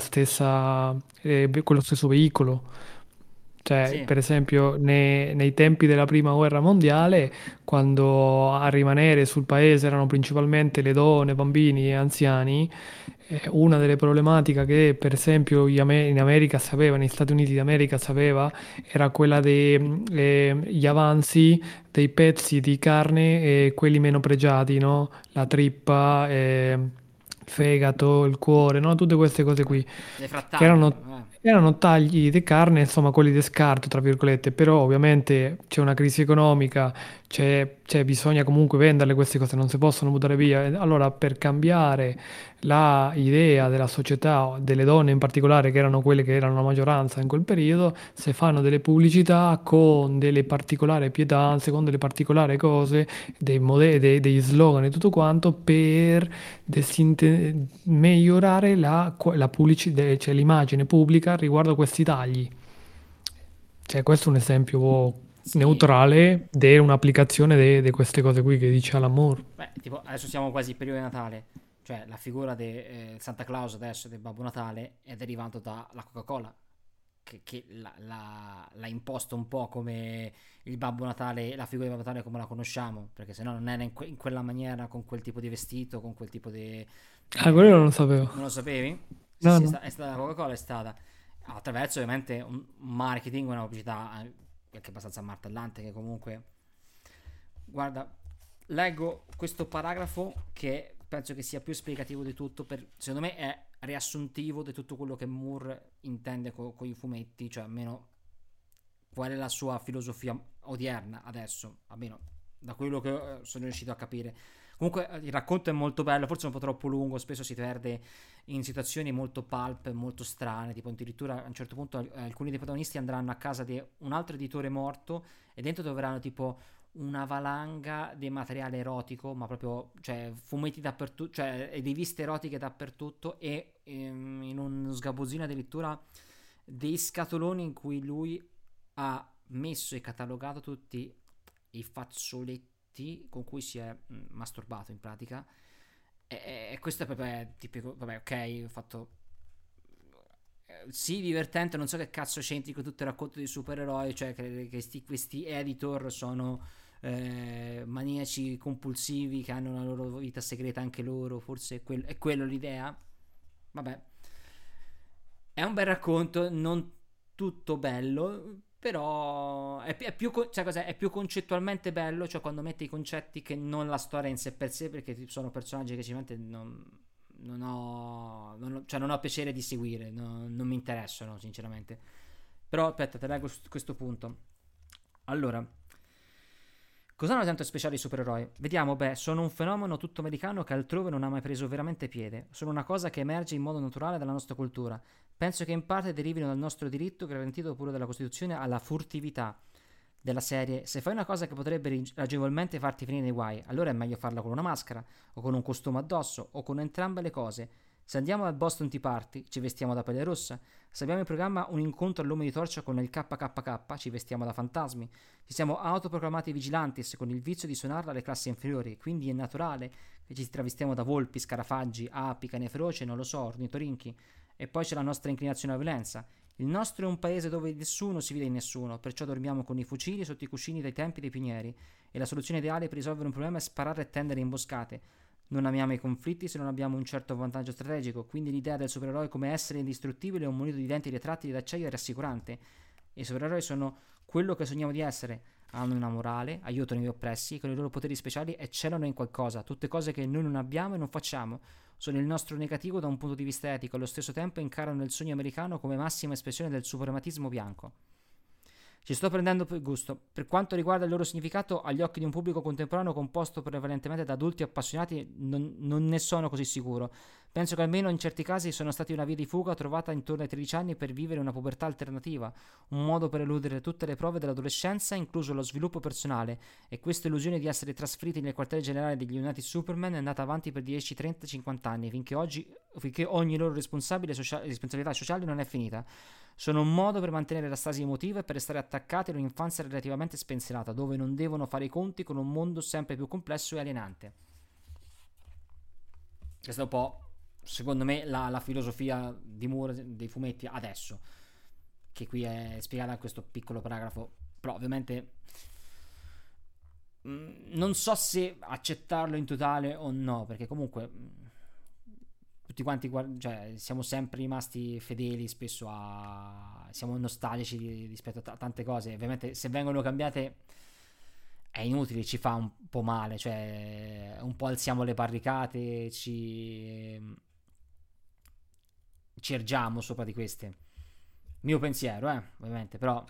quello stesso veicolo. Cioè, Sì, per esempio, nei tempi della prima guerra mondiale, quando a rimanere sul paese erano principalmente le donne, bambini e anziani, una delle problematiche che, per esempio, in America sapeva, negli Stati Uniti d'America sapeva, era quella degli avanzi dei pezzi di carne e quelli meno pregiati, no? La trippa, il fegato, il cuore, no? Tutte queste cose qui le che frattaglie. erano tagli di carne, insomma, quelli di scarto, tra virgolette, però ovviamente c'è una crisi economica, bisogna comunque venderle queste cose, non si possono buttare via. E allora, per cambiare la idea della società, delle donne in particolare, che erano quelle che erano la maggioranza in quel periodo, si fanno delle pubblicità con delle particolari pietanze, con delle particolari cose, degli slogan e tutto quanto per migliorare la pubblicità, cioè l'immagine pubblica riguardo a questi tagli. Cioè, questo è un esempio Sì, neutrale di un'applicazione di queste cose qui che dice Alan Moore. beh, tipo adesso siamo quasi in periodo di Natale, cioè la figura di Santa Claus adesso, del Babbo Natale, è derivato dalla Coca-Cola, che l'ha imposto un po' come il Babbo Natale, la figura di Babbo Natale come la conosciamo, perché se no non era in quella maniera, con quel tipo di vestito, con quel tipo di... Ah, quello non lo non sapevo. lo sapevi? Sì, No, sì, no. è stata la Coca-Cola, è stata attraverso ovviamente un marketing, una pubblicità anche abbastanza martellante, che comunque... Guarda, leggo questo paragrafo che penso che sia più esplicativo di tutto, secondo me è riassuntivo di tutto quello che Moore intende con i fumetti, cioè almeno qual è la sua filosofia odierna adesso, almeno da quello che sono riuscito a capire. Comunque il racconto è molto bello, forse un po' troppo lungo, spesso si perde in situazioni molto pulp, molto strane, tipo addirittura a un certo punto alcuni dei protagonisti andranno a casa di un altro editore morto e dentro troveranno tipo una valanga di materiale erotico, ma proprio, cioè, fumetti dappertutto, cioè, e riviste erotiche dappertutto e in un sgabuzzino addirittura dei scatoloni in cui lui ha messo e catalogato tutti i fazzoletti con cui si è masturbato in pratica. E questo è proprio tipico. Vabbè, ok, ho fatto. Sì, divertente, non so che cazzo c'entri con tutto il racconto dei supereroi, cioè che questi editor sono maniaci compulsivi che hanno una loro vita segreta anche loro, forse è quello l'idea. Vabbè, è un bel racconto, non tutto bello, però è più, cioè cos'è? È più concettualmente bello, cioè quando mette i concetti che non la storia in sé per sé, perché sono personaggi che sicuramente cioè non ho piacere di seguire, non mi interessano sinceramente. Però aspetta, te leggo questo punto. Allora, cosa hanno tanto speciale i supereroi? Vediamo, beh, sono un fenomeno tutto americano che altrove non ha mai preso veramente piede. Sono una cosa che emerge in modo naturale dalla nostra cultura. Penso che in parte derivino dal nostro diritto, garantito pure dalla Costituzione, alla furtività della serie. Se fai una cosa che potrebbe agevolmente farti finire nei guai, allora è meglio farla con una maschera, o con un costume addosso, o con entrambe le cose. Se andiamo al Boston Tea Party, ci vestiamo da pelle rossa. Se abbiamo in programma un incontro a lume di torcia con il KKK, ci vestiamo da fantasmi. Ci siamo autoproclamati vigilantes con il vizio di suonarla alle classi inferiori, quindi è naturale che ci travestiamo da volpi, scarafaggi, api, cane feroce, non lo so, ornitorinchi. E poi c'è la nostra inclinazione alla violenza. Il nostro è un paese dove nessuno si vede in nessuno, perciò dormiamo con i fucili sotto i cuscini dai tempi dei pionieri. E la soluzione ideale per risolvere un problema è sparare e tendere imboscate. Non amiamo i conflitti se non abbiamo un certo vantaggio strategico, quindi l'idea del supereroe come essere indistruttibile o munito di denti retrattili d'acciaio è rassicurante. I supereroi sono quello che sogniamo di essere. Hanno una morale, aiutano gli oppressi, con i loro poteri speciali eccellano in qualcosa, tutte cose che noi non abbiamo e non facciamo. Sono il nostro negativo da un punto di vista etico, allo stesso tempo incarnano il sogno americano come massima espressione del suprematismo bianco. Ci sto prendendo per gusto. Per quanto riguarda il loro significato, agli occhi di un pubblico contemporaneo composto prevalentemente da adulti appassionati, non ne sono così sicuro. Penso che almeno in certi casi sono stati una via di fuga trovata intorno ai 13 anni per vivere una pubertà alternativa, un modo per eludere tutte le prove dell'adolescenza, incluso lo sviluppo personale, e questa illusione di essere trasferiti nel quartiere generale degli United Superman è andata avanti per 10, 30, 50 anni, finché ogni loro responsabilità sociale non è finita. Sono un modo per mantenere la stasi emotiva e per restare attaccati ad un'infanzia relativamente spensierata, dove non devono fare i conti con un mondo sempre più complesso e alienante. Questa è un po', secondo me, la filosofia di Moore dei fumetti adesso, che qui è spiegata in questo piccolo paragrafo. Però ovviamente non so se accettarlo in totale o no, perché comunque tutti quanti cioè, siamo sempre rimasti fedeli spesso a siamo nostalgici rispetto a tante cose, ovviamente se vengono cambiate è inutile, ci fa un po' male, cioè un po' alziamo le barricate, ci ergiamo sopra di queste. Mio pensiero, ovviamente, però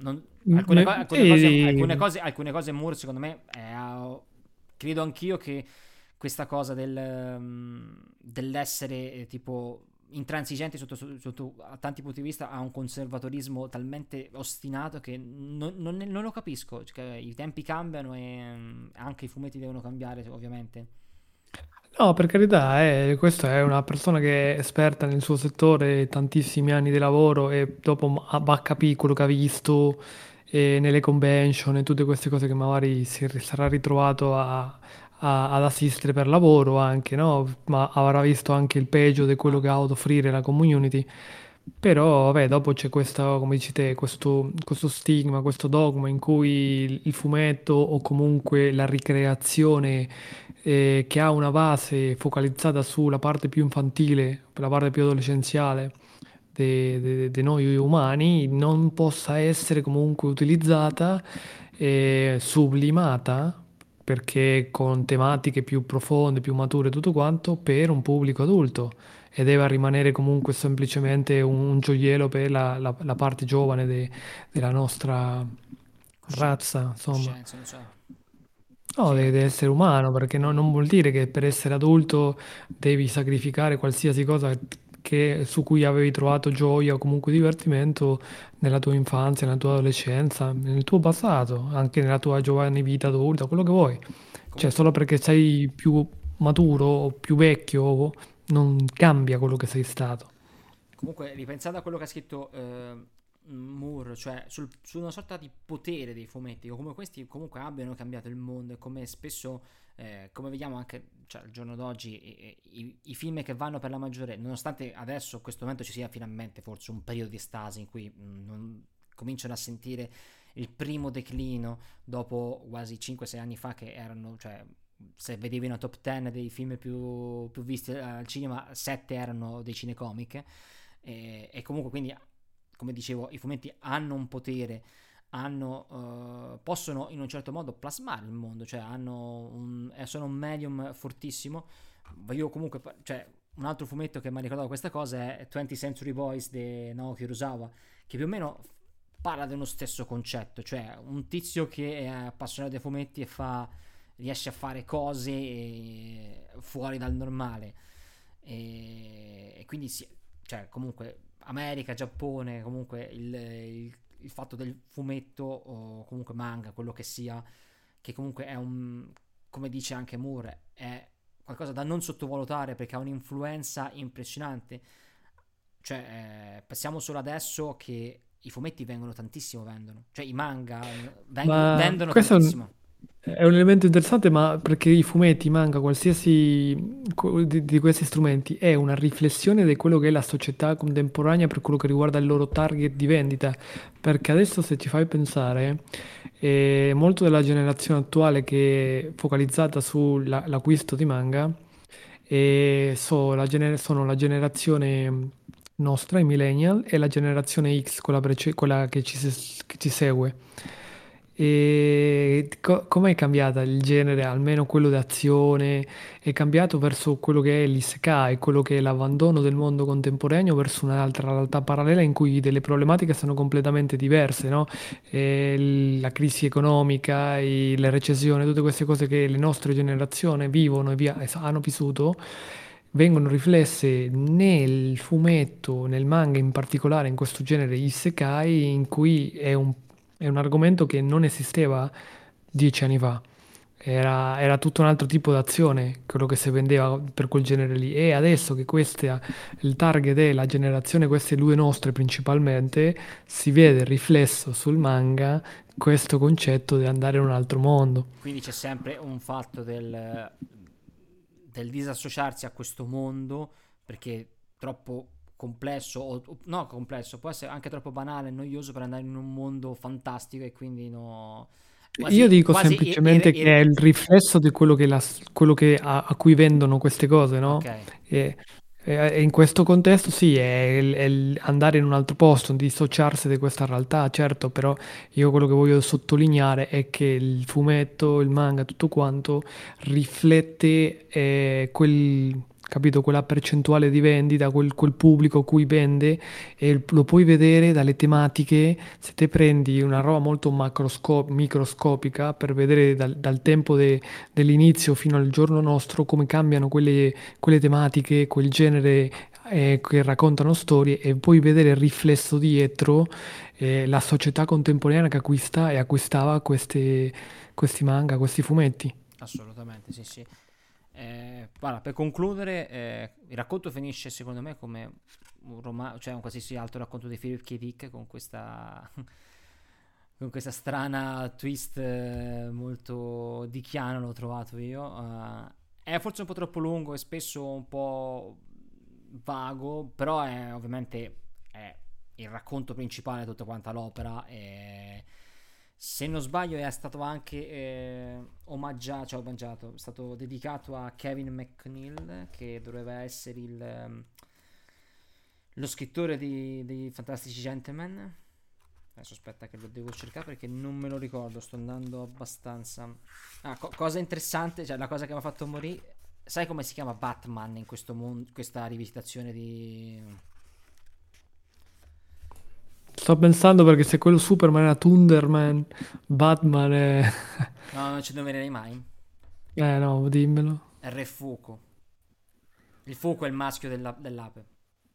Sì, alcune cose Moore secondo me credo anch'io che questa cosa dell'essere tipo intransigenti sotto a tanti punti di vista ha un conservatorismo talmente ostinato che non lo capisco, cioè, i tempi cambiano e anche i fumetti devono cambiare ovviamente. no, per carità, questa è una persona che è esperta nel suo settore, tantissimi anni di lavoro e dopo va a capire quello che ha visto nelle convention e tutte queste cose che magari sarà ritrovato ad assistere per lavoro anche, no? Ma avrà visto anche il peggio di quello che ha ad offrire la community. Però, vabbè, dopo c'è questo, come dici te, questo stigma, questo dogma in cui il fumetto o comunque la ricreazione che ha una base focalizzata sulla parte più infantile, la parte più adolescenziale di noi umani, non possa essere comunque utilizzata e sublimata perché con tematiche più profonde, più mature, tutto quanto, per un pubblico adulto e deve rimanere comunque semplicemente un gioiello per la parte giovane della nostra razza, insomma. Coscienza, non so. No, Sì, deve essere umano, perché non vuol dire che per essere adulto devi sacrificare qualsiasi cosa su cui avevi trovato gioia o comunque divertimento nella tua infanzia, nella tua adolescenza, nel tuo passato, anche nella tua giovane vita adulta, quello che vuoi. Cioè, comunque solo perché sei più maturo o più vecchio non cambia quello che sei stato. Comunque, ripensando a quello che ha scritto Moore, cioè su una sorta di potere dei fumetti, o come questi comunque abbiano cambiato il mondo e come spesso, come vediamo anche cioè, al giorno d'oggi, i film che vanno per la maggiore, nonostante adesso in questo momento ci sia finalmente forse un periodo di stasi in cui non cominciano a sentire il primo declino dopo quasi 5-6 anni fa che erano, cioè se vedevi una top 10 dei film più visti al cinema, 7 erano dei cinecomic e comunque quindi come dicevo i fumetti hanno un potere, possono in un certo modo plasmare il mondo, cioè sono un medium fortissimo. Io comunque, cioè un altro fumetto che mi ha ricordato questa cosa è 20th Century Boys di Naoki Urasawa, che più o meno parla dello stesso concetto, cioè un tizio che è appassionato dei fumetti e riesce a fare cose fuori dal normale e quindi cioè comunque America, Giappone, comunque il fatto del fumetto o comunque manga, quello che sia, che comunque è come dice anche Moore, è qualcosa da non sottovalutare perché ha un'influenza impressionante. Cioè, pensiamo solo adesso che i fumetti vendono, cioè i manga Ma vendono questo tantissimo. è un elemento interessante, ma perché i fumetti, i manga, di questi strumenti è una riflessione di quello che è la società contemporanea per quello che riguarda il loro target di vendita. Perché adesso se ci fai pensare, molto della generazione attuale che è focalizzata sull'acquisto di manga sono la generazione nostra, i millennial, e la generazione X, quella che ci segue. E com'è cambiata il genere, almeno quello d'azione? È cambiato verso quello che è l'isekai, quello che è l'abbandono del mondo contemporaneo verso un'altra realtà parallela in cui delle problematiche sono completamente diverse, no? La crisi economica, le recessioni, tutte queste cose che le nostre generazioni vivono e hanno vissuto, vengono riflesse nel fumetto, nel manga in particolare, in questo genere isekai, in cui è un argomento che non esisteva 10 anni fa. Era tutto un altro tipo d'azione quello che si vendeva per quel genere lì. E adesso che il target è la generazione, queste due nostre principalmente, si vede riflesso sul manga questo concetto di andare in un altro mondo. Quindi c'è sempre un fatto del disassociarsi a questo mondo perché è troppo complesso, no complesso, può essere anche troppo banale e noioso per andare in un mondo fantastico e quindi no, Io dico quasi semplicemente che è il riflesso di quello quello a cui vendono queste cose, ok, no? E, e in questo contesto sì, è andare in un altro posto, dissociarsi da questa realtà, certo, però io quello che voglio sottolineare è che il fumetto, il manga, tutto quanto riflette capito, quella percentuale di vendita, quel pubblico a cui vende e lo puoi vedere dalle tematiche se te prendi una roba molto microscopica per vedere dal tempo dell'inizio fino al giorno nostro come cambiano quelle tematiche, quel genere che raccontano storie e puoi vedere il riflesso dietro la società contemporanea che acquista e acquistava questi manga, questi fumetti. assolutamente sì sì. Guarda, per concludere, il racconto finisce secondo me come un romanzo, cioè un qualsiasi altro racconto di Philip K. Dick con questa con questa strana twist molto dicchiano l'ho trovato io. È forse un po' troppo lungo e spesso un po' vago, però ovviamente è il racconto principale di tutta quanta l'opera. E se non sbaglio è stato anche è stato dedicato a Kevin McNeil, che doveva essere lo scrittore dei Fantastici Gentlemen. Adesso aspetta che lo devo cercare perché non me lo ricordo, sto andando abbastanza. Ah, cosa interessante, cioè la cosa che mi ha fatto morire. Sai come si chiama Batman in questo mondo, questa rivisitazione di. Sto pensando perché se quello Superman era Thunderman, Batman è... No, non ci indovinerei mai. No, dimmelo. È Re Fuoco. Il fuoco è il maschio dell'ape.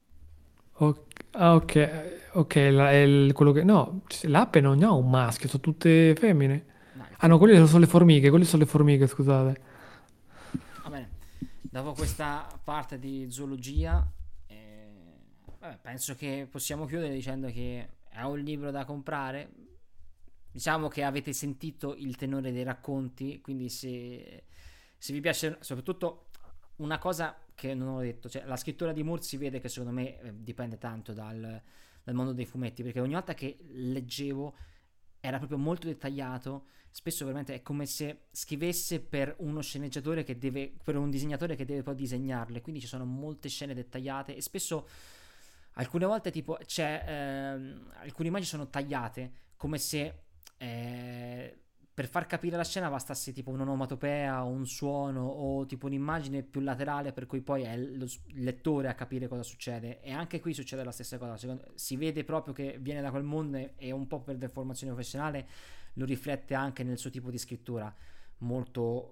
Ok, quello che... No, l'ape non ha un maschio, sono tutte femmine. No, il Ah no, fuoco. quelle sono le formiche, scusate. Va bene. Dopo questa parte di zoologia, vabbè, penso che possiamo chiudere dicendo che è è un libro da comprare? Diciamo che avete sentito il tenore dei racconti, quindi se vi piace, soprattutto una cosa che non ho detto, cioè la scrittura di Moore si vede che secondo me dipende tanto dal mondo dei fumetti, perché ogni volta che leggevo era proprio molto dettagliato, spesso veramente è come se scrivesse per uno sceneggiatore che deve, per un disegnatore che deve poi disegnarle, quindi ci sono molte scene dettagliate e spesso alcune volte tipo c'è alcune immagini sono tagliate come se per far capire la scena bastasse tipo un'onomatopea o un suono o tipo un'immagine più laterale per cui poi è il lettore a capire cosa succede, e anche qui succede la stessa cosa. Si vede proprio che viene da quel mondo e un po' per deformazione professionale lo riflette anche nel suo tipo di scrittura molto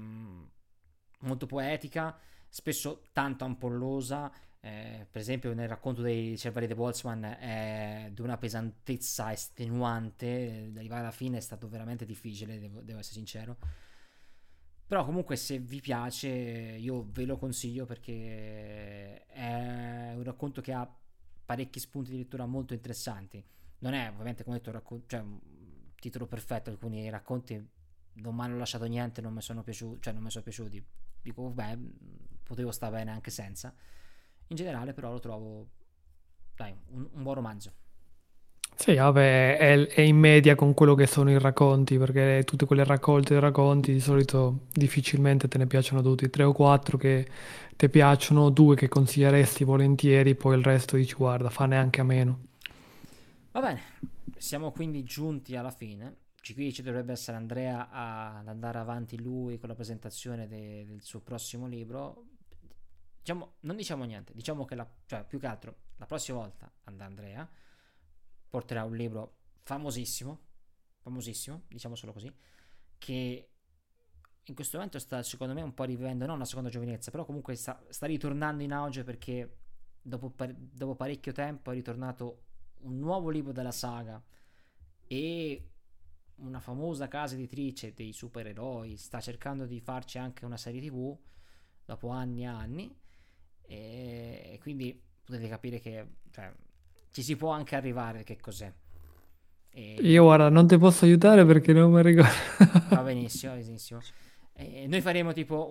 molto poetica, spesso tanto ampollosa. Per esempio nel racconto dei cervelli di Boltzmann è di una pesantezza estenuante, arrivare alla fine è stato veramente difficile, devo essere sincero. Però comunque se vi piace io ve lo consiglio perché è un racconto che ha parecchi spunti di lettura molto interessanti. Non è ovviamente come detto cioè, un titolo perfetto, alcuni racconti non mi hanno lasciato niente, non mi sono piaciuti, cioè non mi sono piaciuti. Dico, beh, potevo stare bene anche senza. In generale però lo trovo, dai, un buon romanzo. Sì, vabbè, è in media con quello che sono i racconti, perché tutte quelle raccolte di racconti di solito difficilmente te ne piacciono tutti, tre o quattro che ti piacciono, due che consiglieresti volentieri, poi il resto dici guarda, fa neanche a meno. Va bene, siamo quindi giunti alla fine. Qui ci dovrebbe essere Andrea ad andare avanti lui con la presentazione del suo prossimo libro. Diciamo, non diciamo niente, diciamo che cioè, più che altro la prossima volta Andrea porterà un libro famosissimo, famosissimo, diciamo solo così, che in questo momento sta secondo me un po' rivivendo non la seconda giovinezza, però comunque sta ritornando in auge perché dopo parecchio tempo è ritornato un nuovo libro della saga e una famosa casa editrice dei supereroi sta cercando di farci anche una serie TV dopo anni e anni, e quindi potete capire che cioè, ci si può anche arrivare che cos'è. Io E guarda, non ti posso aiutare perché non mi ricordo. va benissimo, va benissimo. E noi faremo tipo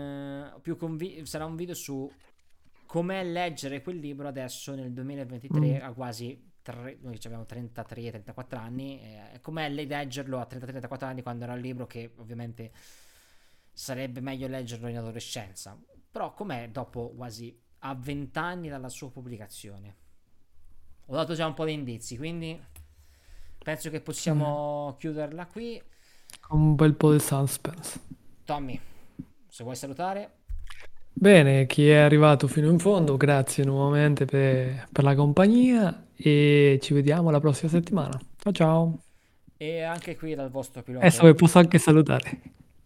sarà un video su com'è leggere quel libro adesso nel 2023 Mm. a quasi noi abbiamo 33-34 anni, com'è leggerlo a 33-34 anni quando era un libro che ovviamente sarebbe meglio leggerlo in adolescenza, però com'è dopo quasi a 20 anni dalla sua pubblicazione. Ho dato già un po' di indizi, quindi penso che Sì, possiamo chiuderla qui. con un bel po' di suspense. Tommy, se vuoi salutare. Bene, chi è arrivato fino in fondo, grazie nuovamente per la compagnia e ci vediamo la prossima settimana. Ciao ciao. E anche qui dal vostro Adesso pilota. vi posso anche salutare.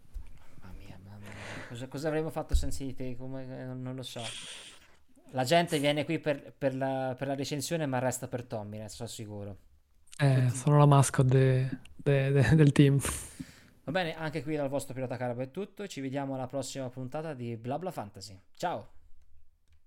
Mamma mia, cosa avremmo fatto senza di te? Non lo so. La gente viene qui per la recensione, ma resta per Tommy, ne sono sicuro. Tutti. Sono la mascot del team. Va bene, anche qui dal vostro pilota Carabo è tutto. Ci vediamo alla prossima puntata di BlaBla Fantasy. Ciao!